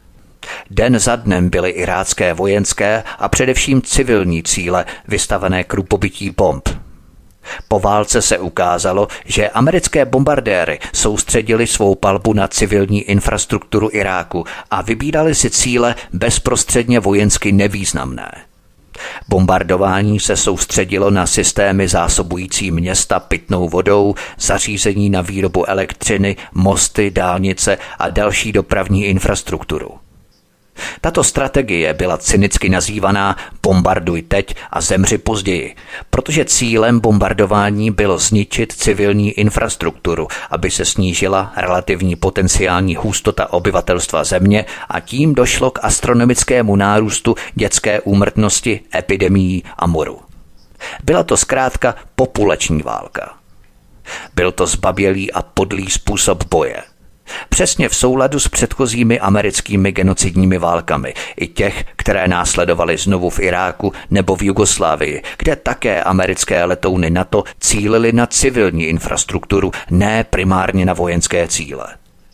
Den za dnem byly irácké vojenské a především civilní cíle vystavené k pobytí bomb. Po válce se ukázalo, že americké bombardéry soustředili svou palbu na civilní infrastrukturu Iráku a vybírali si cíle bezprostředně vojensky nevýznamné. Bombardování se soustředilo na systémy zásobující města pitnou vodou, zařízení na výrobu elektřiny, mosty, dálnice a další dopravní infrastrukturu. Tato strategie byla cynicky nazývaná bombarduj teď a zemři později, protože cílem bombardování bylo zničit civilní infrastrukturu, aby se snížila relativní potenciální hustota obyvatelstva země a tím došlo k astronomickému nárůstu dětské úmrtnosti, epidemií a moru. Byla to zkrátka populační válka. Byl to zbabělý a podlý způsob boje. Přesně v souladu s předchozími americkými genocidními válkami, i těch, které následovaly znovu v Iráku nebo v Jugoslávii, kde také americké letouny NATO cílily na civilní infrastrukturu, ne primárně na vojenské cíle.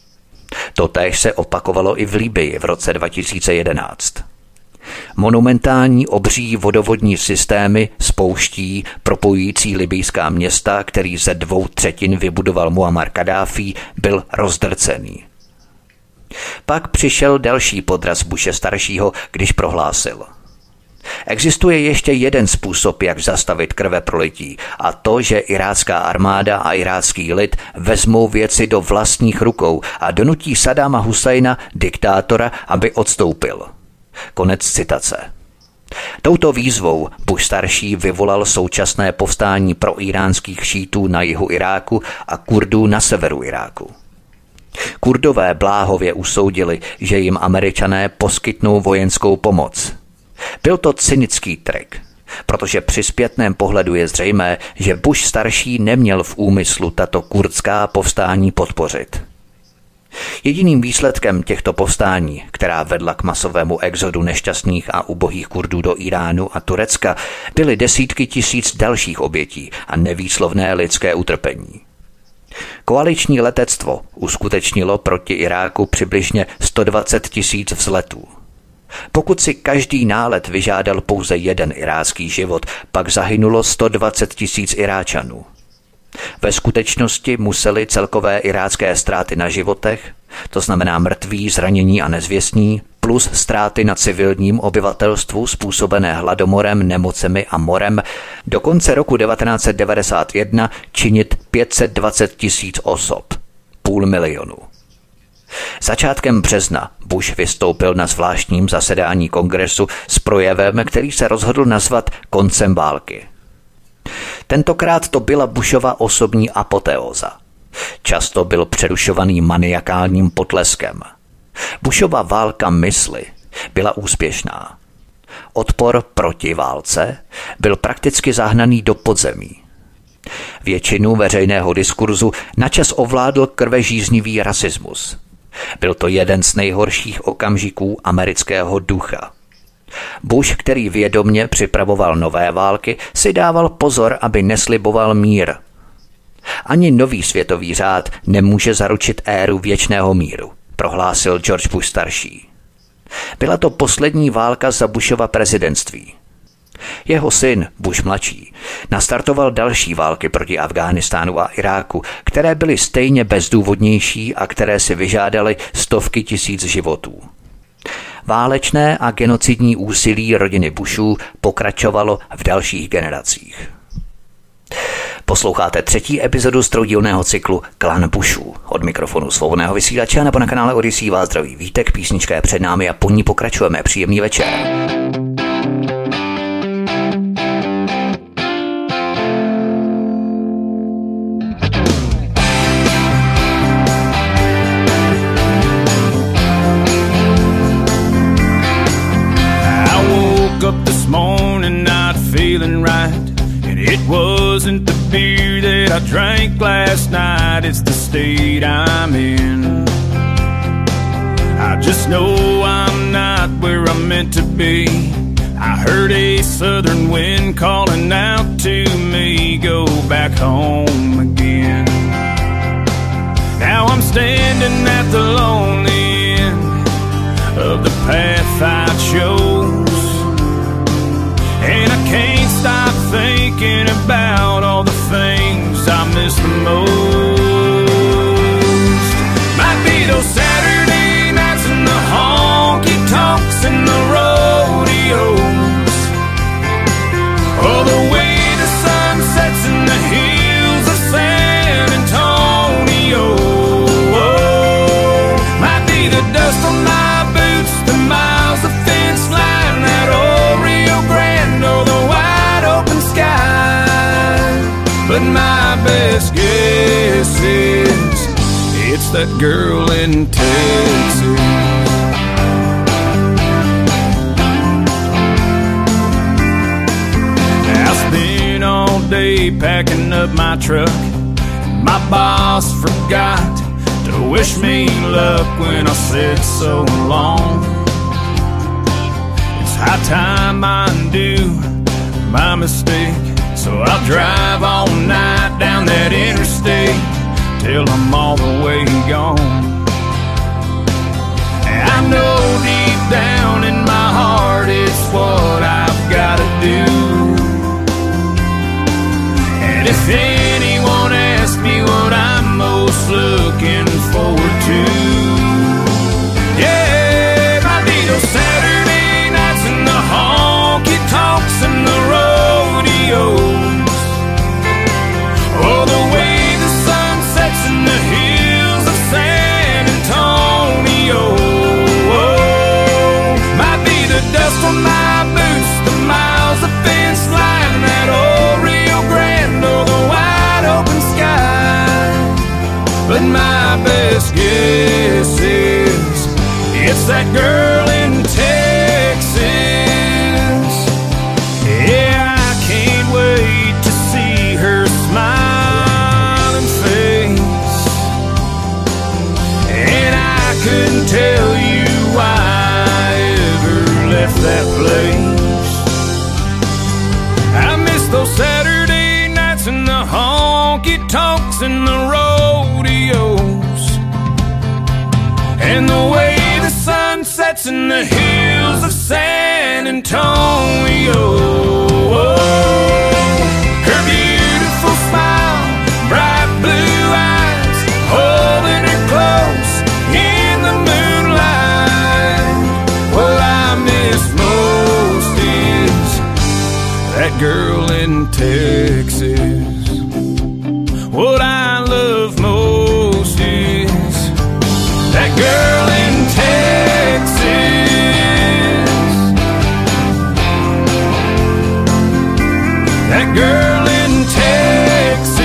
Totéž se opakovalo i v Libyi v roce dva tisíce jedenáct. Monumentální obří vodovodní systémy z pouští propojující libyjská města, který ze dvou třetin vybudoval Muammar Kaddáfí, byl rozdrcený. Pak přišel další podraz Bushe staršího, když prohlásil: existuje ještě jeden způsob, jak zastavit krveprolití, a to, že irácká armáda a irácký lid vezmou věci do vlastních rukou a donutí Saddáma Husajna, diktátora, aby odstoupil. Konec citace. Touto výzvou Bush starší vyvolal současné povstání proiránských šítů na jihu Iráku a Kurdů na severu Iráku. Kurdové bláhově usoudili, že jim Američané poskytnou vojenskou pomoc. Byl to cynický trik, protože při zpětném pohledu je zřejmé, že Bush starší neměl v úmyslu tato kurdská povstání podpořit. Jediným výsledkem těchto povstání, která vedla k masovému exodu nešťastných a ubohých Kurdů do Iránu a Turecka, byly desítky tisíc dalších obětí a nevýslovné lidské utrpení. Koaliční letectvo uskutečnilo proti Iráku přibližně sto dvacet tisíc vzletů. Pokud si každý nálet vyžádal pouze jeden irácký život, pak zahynulo sto dvacet tisíc Iráčanů. Ve skutečnosti museli celkové irácké ztráty na životech, to znamená mrtví, zranění a nezvěstní, plus ztráty na civilním obyvatelstvu způsobené hladomorem, nemocemi a morem, do konce roku devatenáct set devadesát jedna činit pět set dvacet tisíc osob, půl milionu. Začátkem března Bush vystoupil na zvláštním zasedání kongresu s projevem, který se rozhodl nazvat koncem války. Tentokrát to byla Bushova osobní apoteóza. Často byl přerušovaný maniakálním potleskem. Bushova válka mysli byla úspěšná. Odpor proti válce byl prakticky zahnaný do podzemí. Většinu veřejného diskurzu načas ovládl krvežíznivý rasismus. Byl to jeden z nejhorších okamžiků amerického ducha. Bush, který vědomně připravoval nové války, si dával pozor, aby nesliboval mír. Ani nový světový řád nemůže zaručit éru věčného míru, prohlásil George Bush starší. Byla to poslední válka za Bushova prezidentství. Jeho syn, Bush mladší, nastartoval další války proti Afghánistánu a Iráku, které byly stejně bezdůvodnější a které si vyžádaly stovky tisíc životů. Válečné a genocidní úsilí rodiny Bushů pokračovalo v dalších generacích. Posloucháte třetí epizodu z troudílného cyklu Klan Bushů. Od mikrofonu Svobodného vysílače nebo na kanále Odyssey vás zdraví Vítek, písnička je před námi a po ní pokračujeme. Příjemný večer. Up this morning not feeling right, and it wasn't the beer that I drank last night, it's the state I'm in. I just know I'm not where I'm meant to be. I heard a southern wind calling out to me, go back home again. Now I'm standing at the lonely end of the path I chose, and I can't stop thinking about all the things I miss the most. Might be those Saturday nights and the honky-tonks and the rodeos, or the way the sun sets in the hills of San Antonio. Might be the dust on my boots, the miles of fence line, that old Rio Grande, or the wide open sky. But my best guess is it's that girl in Texas. I spent all day packing up my truck, and my boss forgot to wish me luck when I said so long. It's high time I undo my mistake, so I'll drive all night down that interstate till I'm all the way gone. And I know deep down in my heart it's what I've gotta do. And if anyone asks me what I'm most looking forward to, yeah, it might be those Saturday nights and the honky-tonks and the rodeos, or the way the sun sets in the hills of San Antonio. Might be the dust on my boots, the miles of fence line, that old Rio Grande, or the wide open sky. But my best guess is it's that girl in Texas. Yeah, I can't wait to see her smiling face, and I couldn't tell you why I ever left that place. I miss those Saturday nights and the honky-tonks and the rodeos, and the way the sun sets in the hills of San Antonio. Her beautiful smile, bright blue eyes, holding her close in the moonlight. What I miss most is that girl in Texas. What I love most is that girl in Texas. That girl in Texas.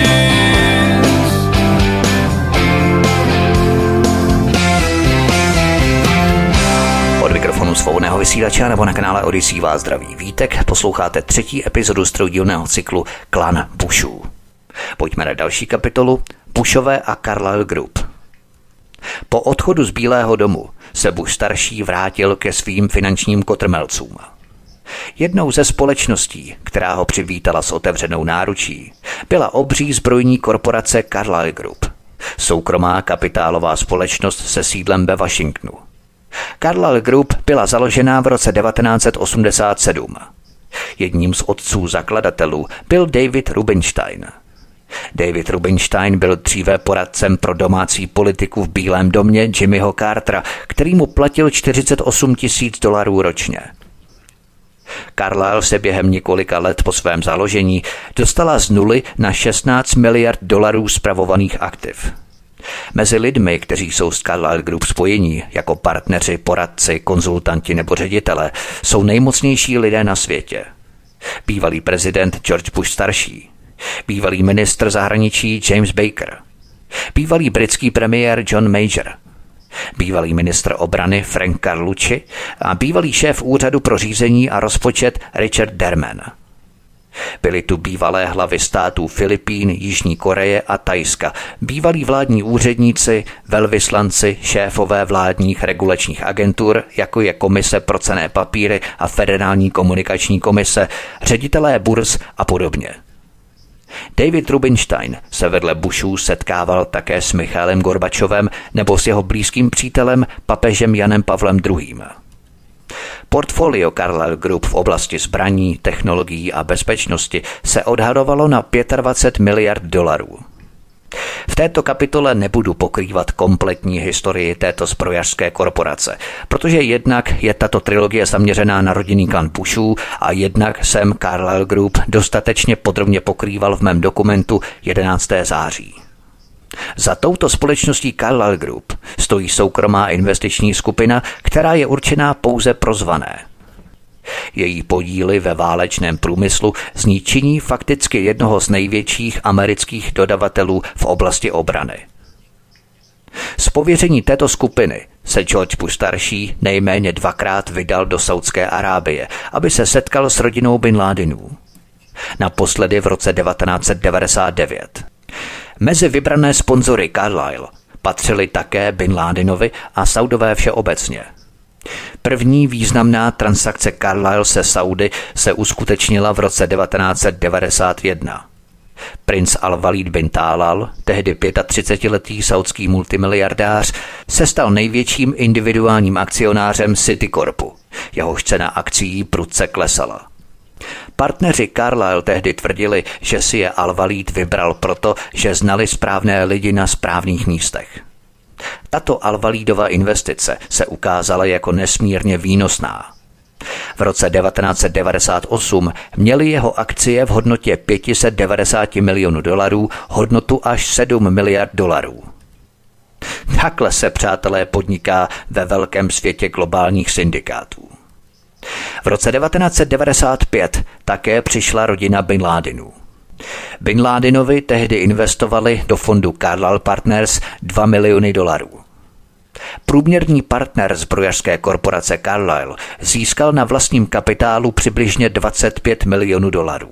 Od mikrofonu Svobodného vysílače nebo na kanále Odyssey vás zdraví Vítek. Posloucháte třetí epizodu z troudílného cyklu Klan Bushů. Pojďme na další kapitolu Bushové a Carlyle Group. Po odchodu z Bílého domu se Bush starší vrátil ke svým finančním kotrmelcům. Jednou ze společností, která ho přivítala s otevřenou náručí, byla obří zbrojní korporace Carlyle Group, soukromá kapitálová společnost se sídlem ve Washingtonu. Carlyle Group byla založena v roce devatenáct osmdesát sedm. Jedním z otců zakladatelů byl David Rubenstein. David Rubenstein byl dříve poradcem pro domácí politiku v Bílém domě Jimmyho Cartera, který mu platil čtyřicet osm tisíc dolarů ročně. Carlyle se během několika let po svém založení dostala z nuly na šestnáct miliard dolarů spravovaných aktiv. Mezi lidmi, kteří jsou s Carlyle Group spojení jako partneři, poradci, konzultanti nebo ředitele, jsou nejmocnější lidé na světě. Bývalý prezident George Bush starší, bývalý ministr zahraničí James Baker, bývalý britský premiér John Major, bývalý ministr obrany Frank Carlucci a bývalý šéf úřadu pro řízení a rozpočet Richard Derman. Byly tu bývalé hlavy států Filipín, Jižní Koreje a Thajska, bývalí vládní úředníci, velvyslanci, šéfové vládních regulačních agentur, jako je Komise pro cenné papíry a Federální komunikační komise, ředitelé burz a podobně. David Rubenstein se vedle Bushů setkával také s Michailem Gorbačovem nebo s jeho blízkým přítelem papežem Janem Pavlem druhým. Portfolio Carlyle Group v oblasti zbraní, technologií a bezpečnosti se odhadovalo na dvacet pět miliard dolarů. V této kapitole nebudu pokrývat kompletní historii této zbrojařské korporace, protože jednak je tato trilogie zaměřená na rodinný klan Bushů a jednak jsem Carlyle Group dostatečně podrobně pokrýval v mém dokumentu jedenáctého září. Za touto společností Carlyle Group stojí soukromá investiční skupina, která je určená pouze pro zvané. Její podíly ve válečném průmyslu z ní činí fakticky jednoho z největších amerických dodavatelů v oblasti obrany. Z pověření této skupiny se George Bush starší nejméně dvakrát vydal do Saúdské Arábie, aby se setkal s rodinou Bin Ládinů. Naposledy v roce devatenáct devadesát devět. Mezi vybrané sponzory Carlyle patřili také Bin Ládinovi a Saudové všeobecně. První významná transakce Carlyle se Saudy se uskutečnila v roce devatenáct devadesát jedna. Princ Al-Walid bin Talal, tehdy třicetiletý saudský multimiliardář, se stal největším individuálním akcionářem Citicorpu. Jehož cena akcií prudce klesala. Partneři Carlyle tehdy tvrdili, že si je Al-Walid vybral proto, že znali správné lidi na správných místech. Tato Al-Walidova investice se ukázala jako nesmírně výnosná. V roce devatenáct devadesát osm měly jeho akcie v hodnotě pět set devadesát milionů dolarů hodnotu až sedm miliard dolarů. Takhle se, přátelé, podniká ve velkém světě globálních syndikátů. V roce devatenáct devadesát pět také přišla rodina Bin Ládinů. Bin Ládinovi tehdy investovali do fondu Carlyle Partners dva miliony dolarů. Průměrný partner zbrojařské korporace Carlyle získal na vlastním kapitálu přibližně dvacet pět milionů dolarů.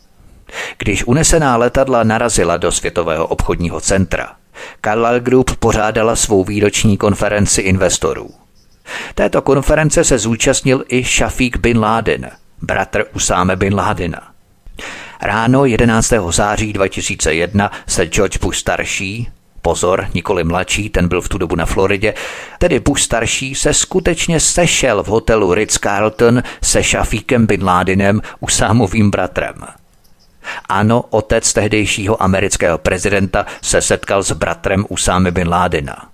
Když unesená letadla narazila do Světového obchodního centra, Carlyle Group pořádala svou výroční konferenci investorů. Této konference se zúčastnil i Šafík bin Ládin, bratr Usáme bin Ládina. Ráno jedenáctého září dva tisíce jedna se George Bush starší, pozor, nikoli mladší, ten byl v tu dobu na Floridě, tedy Bush starší se skutečně sešel v hotelu Ritz-Carlton se Šafíkem bin Ládinem, Usámovým bratrem. Ano, otec tehdejšího amerického prezidenta se setkal s bratrem Usámy bin Ládina.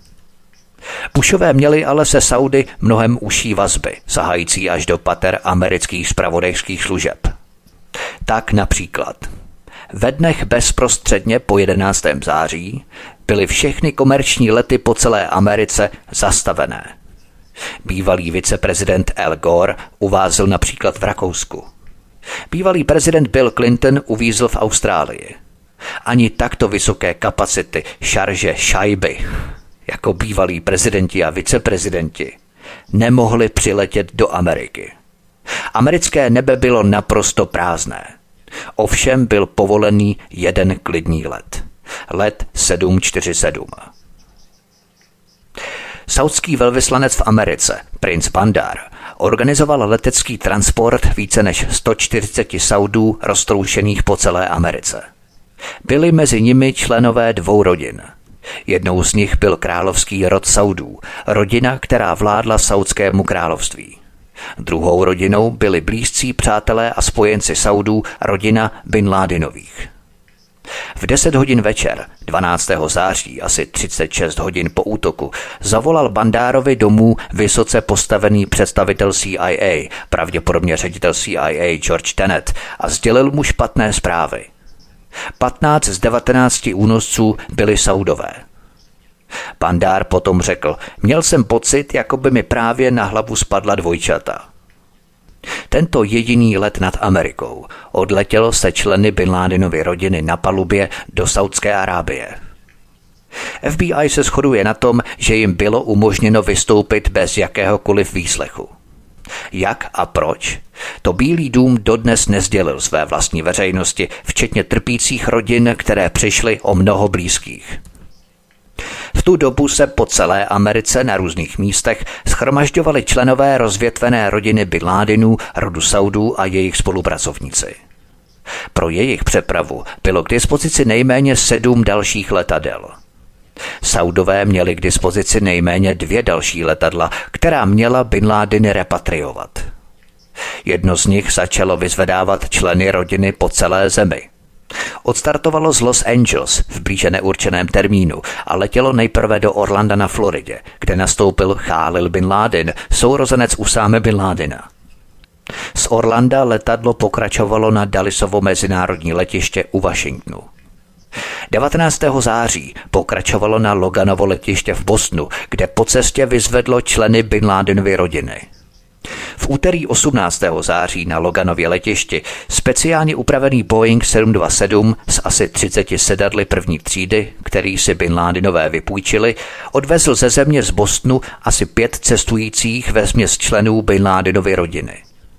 Bushové měli ale se Saudy mnohem užší vazby, sahající až do pater amerických zpravodajských služeb. Tak například ve dnech bezprostředně po jedenáctého září byly všechny komerční lety po celé Americe zastavené. Bývalý viceprezident Al Gore uvázl například v Rakousku. Bývalý prezident Bill Clinton uvízl v Austrálii. Ani takto vysoké kapacity šarže šajby, jako bývalí prezidenti a viceprezidenti, nemohli přiletět do Ameriky. Americké nebe bylo naprosto prázdné. Ovšem byl povolený jeden klidný let. Let sedm čtyřicet sedm. Saudský velvyslanec v Americe, princ Bandar, organizoval letecký transport více než sto čtyřicet Saudů roztroušených po celé Americe. Byli mezi nimi členové dvou rodin. Jednou z nich byl královský rod Saudů, rodina, která vládla Saudskému království. Druhou rodinou byli blízcí přátelé a spojenci Saudů, rodina Bin Ládinových. V deset hodin večer, dvanáctého září, asi třicet šest hodin po útoku, zavolal Bandárovi domů vysoce postavený představitel C I A, pravděpodobně ředitel C I A George Tenet, a sdělil mu špatné zprávy. patnáct z devatenácti únosců byli Saudové. Bandár potom řekl, měl jsem pocit, jako by mi právě na hlavu spadla dvojčata. Tento jediný let nad Amerikou odletělo se členy Bin Ládinovy rodiny na palubě do Saudské Arábie. F B I se shoduje na tom, že jim bylo umožněno vystoupit bez jakéhokoliv výslechu. Jak a proč? To Bílý dům dodnes nesdělil své vlastní veřejnosti, včetně trpících rodin, které přišly o mnoho blízkých. V tu dobu se po celé Americe na různých místech shromažďovali členové rozvětvené rodiny Bin Ládinů, rodu Saudů a jejich spolupracovníci. Pro jejich přepravu bylo k dispozici nejméně sedm dalších letadel. Saudové měli k dispozici nejméně dvě další letadla, která měla Bin Ládiny repatriovat. Jedno z nich začalo vyzvedávat členy rodiny po celé zemi. Odstartovalo z Los Angeles v blíže neurčeném termínu a letělo nejprve do Orlanda na Floridě, kde nastoupil Chálil Bin Ládin, sourozenec Usáme Bin Ládina. Z Orlanda letadlo pokračovalo na Dallasovo mezinárodní letiště u Washingtonu. devatenáctého září pokračovalo na Loganovo letiště v Bostonu, kde po cestě vyzvedlo členy Bin Ládinovy rodiny. V úterý osmnáctého září na Loganově letišti speciálně upravený Boeing sedm dvacet sedm s asi třiceti sedadly první třídy, který si Bin Ládinové vypůjčili, odvezl ze země z Bostonu asi pět cestujících vesměs členů Bin Ládinovy rodiny.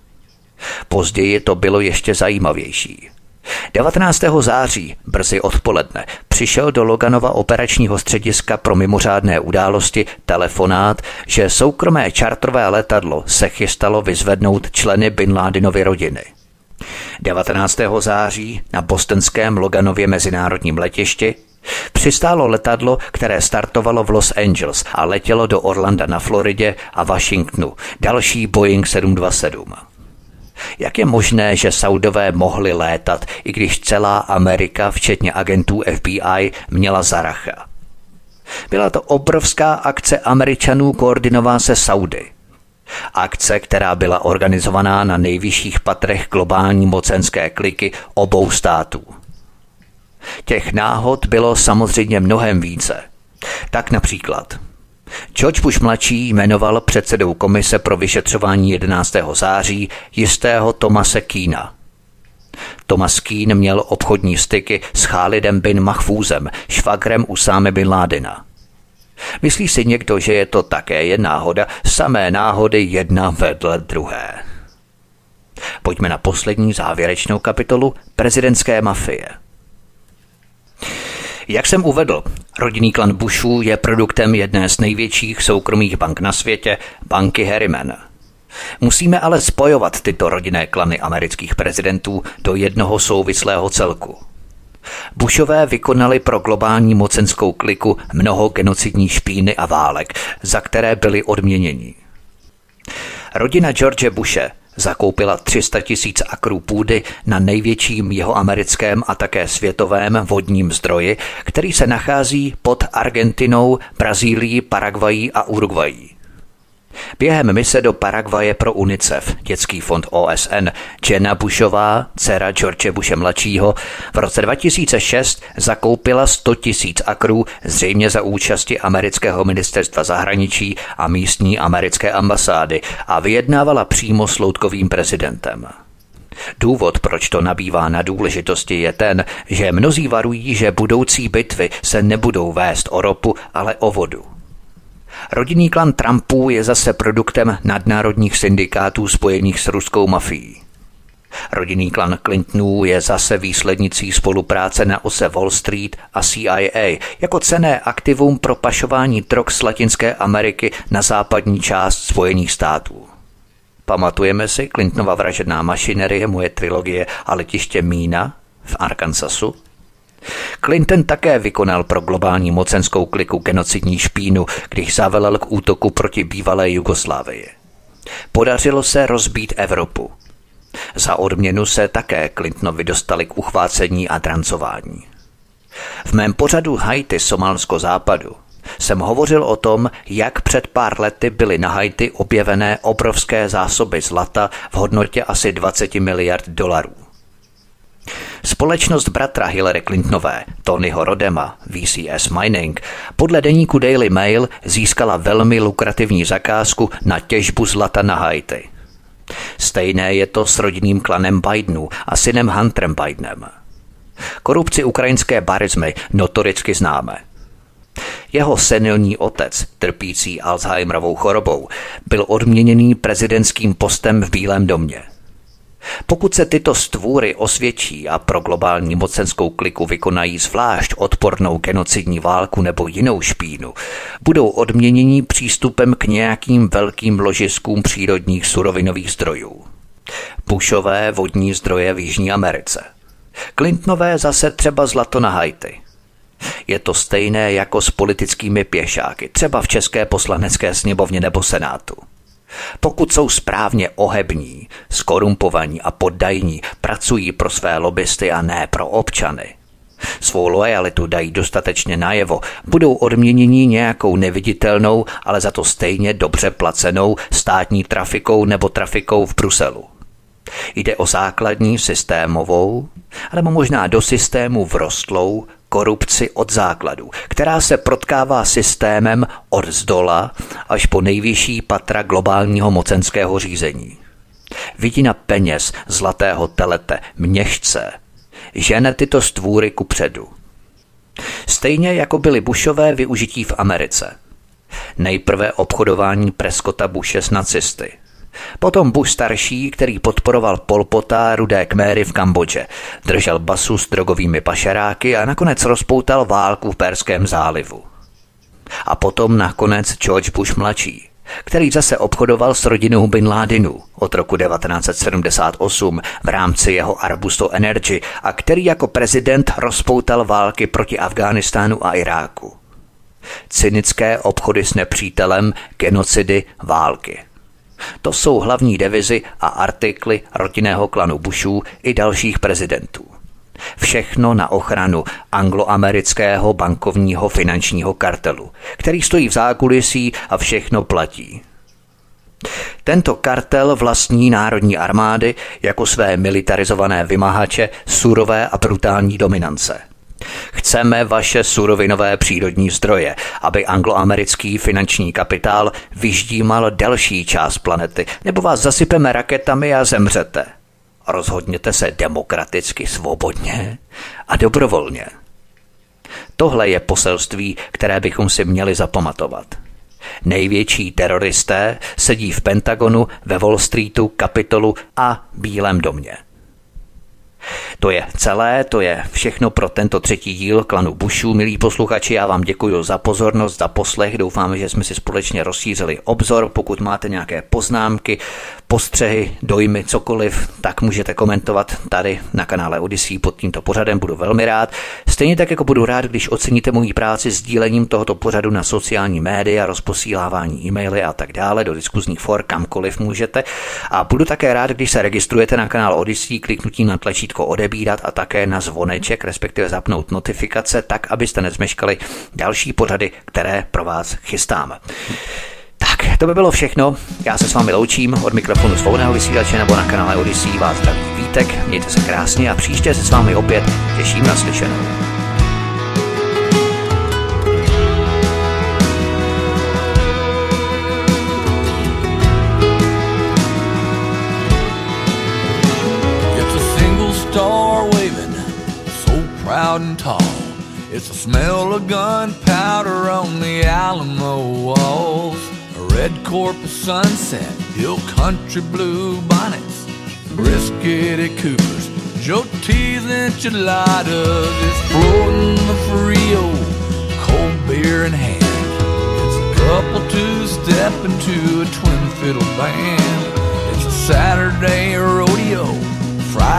Později to bylo ještě zajímavější. devatenáctého září, brzy odpoledne, přišel do Loganova operačního střediska pro mimořádné události telefonát, že soukromé čartrové letadlo se chystalo vyzvednout členy Bin Ládinovy rodiny. devatenáctého září na bostonském Loganově mezinárodním letišti přistálo letadlo, které startovalo v Los Angeles a letělo do Orlanda na Floridě a Washingtonu, další Boeing sedm dvacet sedm. Jak je možné, že Saudové mohli létat, i když celá Amerika, včetně agentů F B I, měla zaracha? Byla to obrovská akce Američanů koordinovaná se Saudy. Akce, která byla organizovaná na nejvyšších patrech globální mocenské kliky obou států. Těch náhod bylo samozřejmě mnohem více. Tak například George Bush mladší jmenoval předsedou komise pro vyšetřování jedenáctého září jistého Thomase Keana. Thomas Keane měl obchodní styky s Chálidem bin Mahfúzem, švagrem Usámy bin Ládina. Myslí si někdo, že je to také jen náhoda, samé náhody jedna vedle druhé. Pojďme na poslední závěrečnou kapitolu prezidentské mafie. Jak jsem uvedl, rodinný klan Bushů je produktem jedné z největších soukromých bank na světě, banky Harriman. Musíme ale spojovat tyto rodinné klany amerických prezidentů do jednoho souvislého celku. Bushové vykonali pro globální mocenskou kliku mnoho genocidní špíny a válek, za které byli odměněni. Rodina George Bushe zakoupila tři sta tisíc akrů půdy na největším jihoamerickém a také světovém vodním zdroji, který se nachází pod Argentinou, Brazílií, Paraguayí a Uruguayí. Během mise do Paraguaje pro UNICEF, dětský fond O S N, Jenna Bushová, dcera George Bushe mladšího, v roce dva tisíce šest zakoupila sto tisíc akrů zřejmě za účasti amerického ministerstva zahraničí a místní americké ambasády a vyjednávala přímo s loutkovým prezidentem. Důvod, proč to nabývá na důležitosti, je ten, že mnozí varují, že budoucí bitvy se nebudou vést o ropu, ale o vodu. Rodinný klan Trumpů je zase produktem nadnárodních syndikátů spojených s ruskou mafií. Rodinný klan Clintonů je zase výslednicí spolupráce na ose Wall Street a C I A jako cenné aktivum pro pašování drog z Latinské Ameriky na západní část Spojených států. Pamatujeme si Clintonova vražedná mašinerie, moje trilogie a letiště Mína v Arkansasu? Clinton také vykonal pro globální mocenskou kliku genocidní špínu, když zavelel k útoku proti bývalé Jugoslávii. Podařilo se rozbít Evropu. Za odměnu se také Clintonovi dostali k uchvácení a drancování. V mém pořadu Haiti Somálsko západu jsem hovořil o tom, jak před pár lety byly na Haiti objevené obrovské zásoby zlata v hodnotě asi dvacet miliard dolarů. Společnost bratra Hillary Clintonové, Tonyho Rodema, V C S Mining, podle deníku Daily Mail získala velmi lukrativní zakázku na těžbu zlata na Haiti. Stejné je to s rodinným klanem Bidenů a synem Hunterem Bidenem. Korupci ukrajinské barizmy notoricky známe. Jeho senilní otec, trpící Alzheimerovou chorobou, byl odměněný prezidentským postem v Bílém domě. Pokud se tyto stvůry osvědčí a pro globální mocenskou kliku vykonají zvlášť odpornou genocidní válku nebo jinou špínu, budou odměnění přístupem k nějakým velkým ložiskům přírodních surovinových zdrojů. Bushové vodní zdroje v Jižní Americe. Clintonové zase třeba zlato na Haiti. Je to stejné jako s politickými pěšáky, třeba v České poslanecké sněmovně nebo Senátu. Pokud jsou správně ohební, skorumpovaní a poddajní, pracují pro své lobbysty a ne pro občany. Svou lojalitu dají dostatečně najevo, budou odměnění nějakou neviditelnou, ale za to stejně dobře placenou státní trafikou nebo trafikou v Bruselu. Jde o základní systémovou, nebo možná do systému vrostlou korupci od základu, která se protkává systémem od zdola až po nejvyšší patra globálního mocenského řízení. Vidina peněz, zlatého telete, měšce žene tyto stvůry kupředu. Stejně jako byly Bushové využití v Americe. Nejprve obchodování Prescotta Bushe s nacisty. Potom Bush starší, který podporoval Pol Pota, Rudé Khmery v Kambodži, držel basu s drogovými pašeráky a nakonec rozpoutal válku v Perském zálivu. A potom nakonec George Bush mladší, který zase obchodoval s rodinou Bin Ládinů od roku devatenáct set sedmdesát osm v rámci jeho Arbusto Energy a který jako prezident rozpoutal války proti Afghánistánu a Iráku. Cynické obchody s nepřítelem, genocidy, války. To jsou hlavní devizy a artikly rodinného klanu Bushů i dalších prezidentů. Všechno na ochranu angloamerického bankovního finančního kartelu, který stojí v zákulisí a všechno platí. Tento kartel vlastní národní armády jako své militarizované vymahače surové a brutální dominance. Chceme vaše surovinové přírodní zdroje, aby angloamerický finanční kapitál vyždímal delší část planety, nebo vás zasypeme raketami a zemřete. Rozhodněte se demokraticky, svobodně a dobrovolně. Tohle je poselství, které bychom si měli zapamatovat. Největší teroristé sedí v Pentagonu, ve Wall Streetu, Kapitolu a Bílém domě. To je celé, to je všechno pro tento třetí díl klanu Bushů. Milí posluchači, já vám děkuji za pozornost, za poslech. Doufám, že jsme si společně rozšířili obzor. Pokud máte nějaké poznámky, postřehy, dojmy, cokoliv, tak můžete komentovat tady na kanále Odyssey pod tímto pořadem. Budu velmi rád. Stejně tak, jako budu rád, když oceníte moji práci sdílením tohoto pořadu na sociální média, rozposílávání e-maily a tak dále, do diskuzních for, kamkoliv můžete. A budu také rád, když se registrujete na kanál Odyssey kliknutím na tlačítko odebírat a také na zvoneček, respektive zapnout notifikace, tak, abyste nezmeškali další pořady, které pro vás chystám. Tak, to by bylo všechno. Já se s vámi loučím od mikrofonu svobodného vysílače nebo na kanále Odyssey. Vás zdraví Vítek, mějte se krásně a příště se s vámi opět těším na slyšenou. Star waving, so proud and tall. It's the smell of gunpowder on the Alamo walls. A red Corpus sunset, hill country blue bonnets, brisket at Cooper's, Joe T's enchiladas. It's floating the Frio, cold beer in hand. It's a couple two-step into a twin fiddle band. It's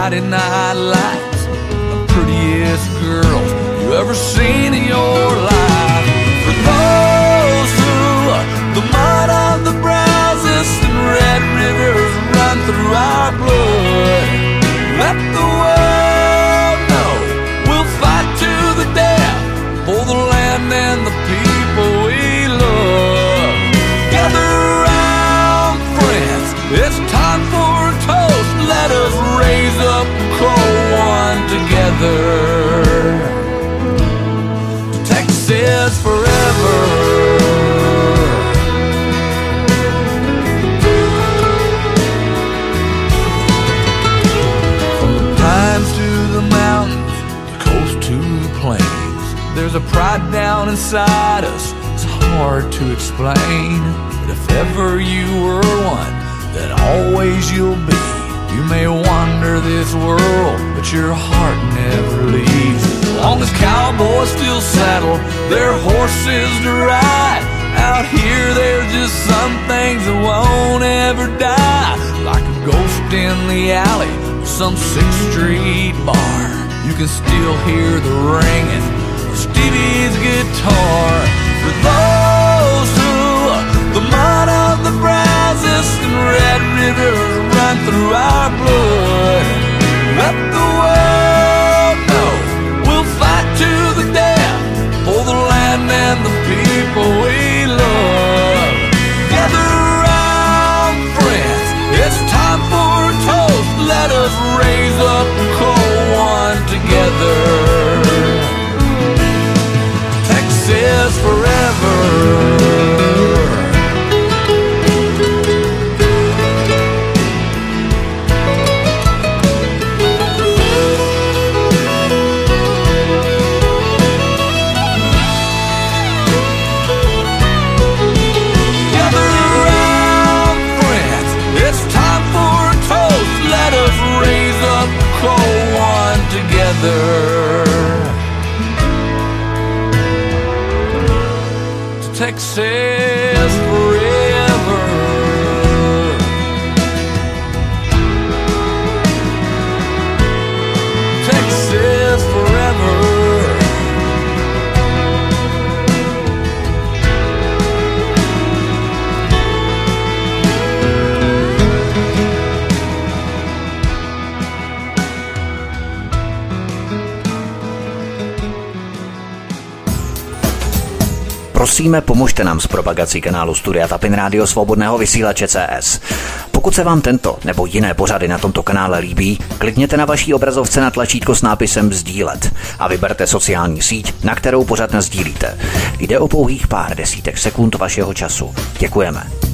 Friday night lights, the prettiest girls you ever seen in your life. For those who the mud of the brazos and red rivers run through our blood, let the world know we'll fight to the death for the land and the people we love. Gather around, friends, it's time for a toast. Let us raise up and call one together. Texas forever. From the pines to the mountains, the coast to the plains, there's a pride down inside us. It's hard to explain, but if ever you were one, then always you'll be. You may wander this world, but your heart never leaves. As long as cowboys still saddle their horses to ride, out here there's just some things that won't ever die. Like a ghost in the alley of some sixth street bar, you can still hear the ringing of Stevie's guitar. For those who the mud of the brazos and red rivers run through our blood, let the world know we'll fight to the death for the land and the people we love. Gather around, friends, it's time for a toast. Let us raise up and call one together. Texas forever. Texas forever. Texas forever. Prosíme, pomožte nám s propagací kanálu Studia Tapin Rádio Svobodného vysílače C S. Pokud se vám tento nebo jiné pořady na tomto kanále líbí, klikněte na vaší obrazovce na tlačítko s nápisem sdílet a vyberte sociální síť, na kterou pořad nasdílíte. Jde o pouhých pár desítek sekund vašeho času. Děkujeme.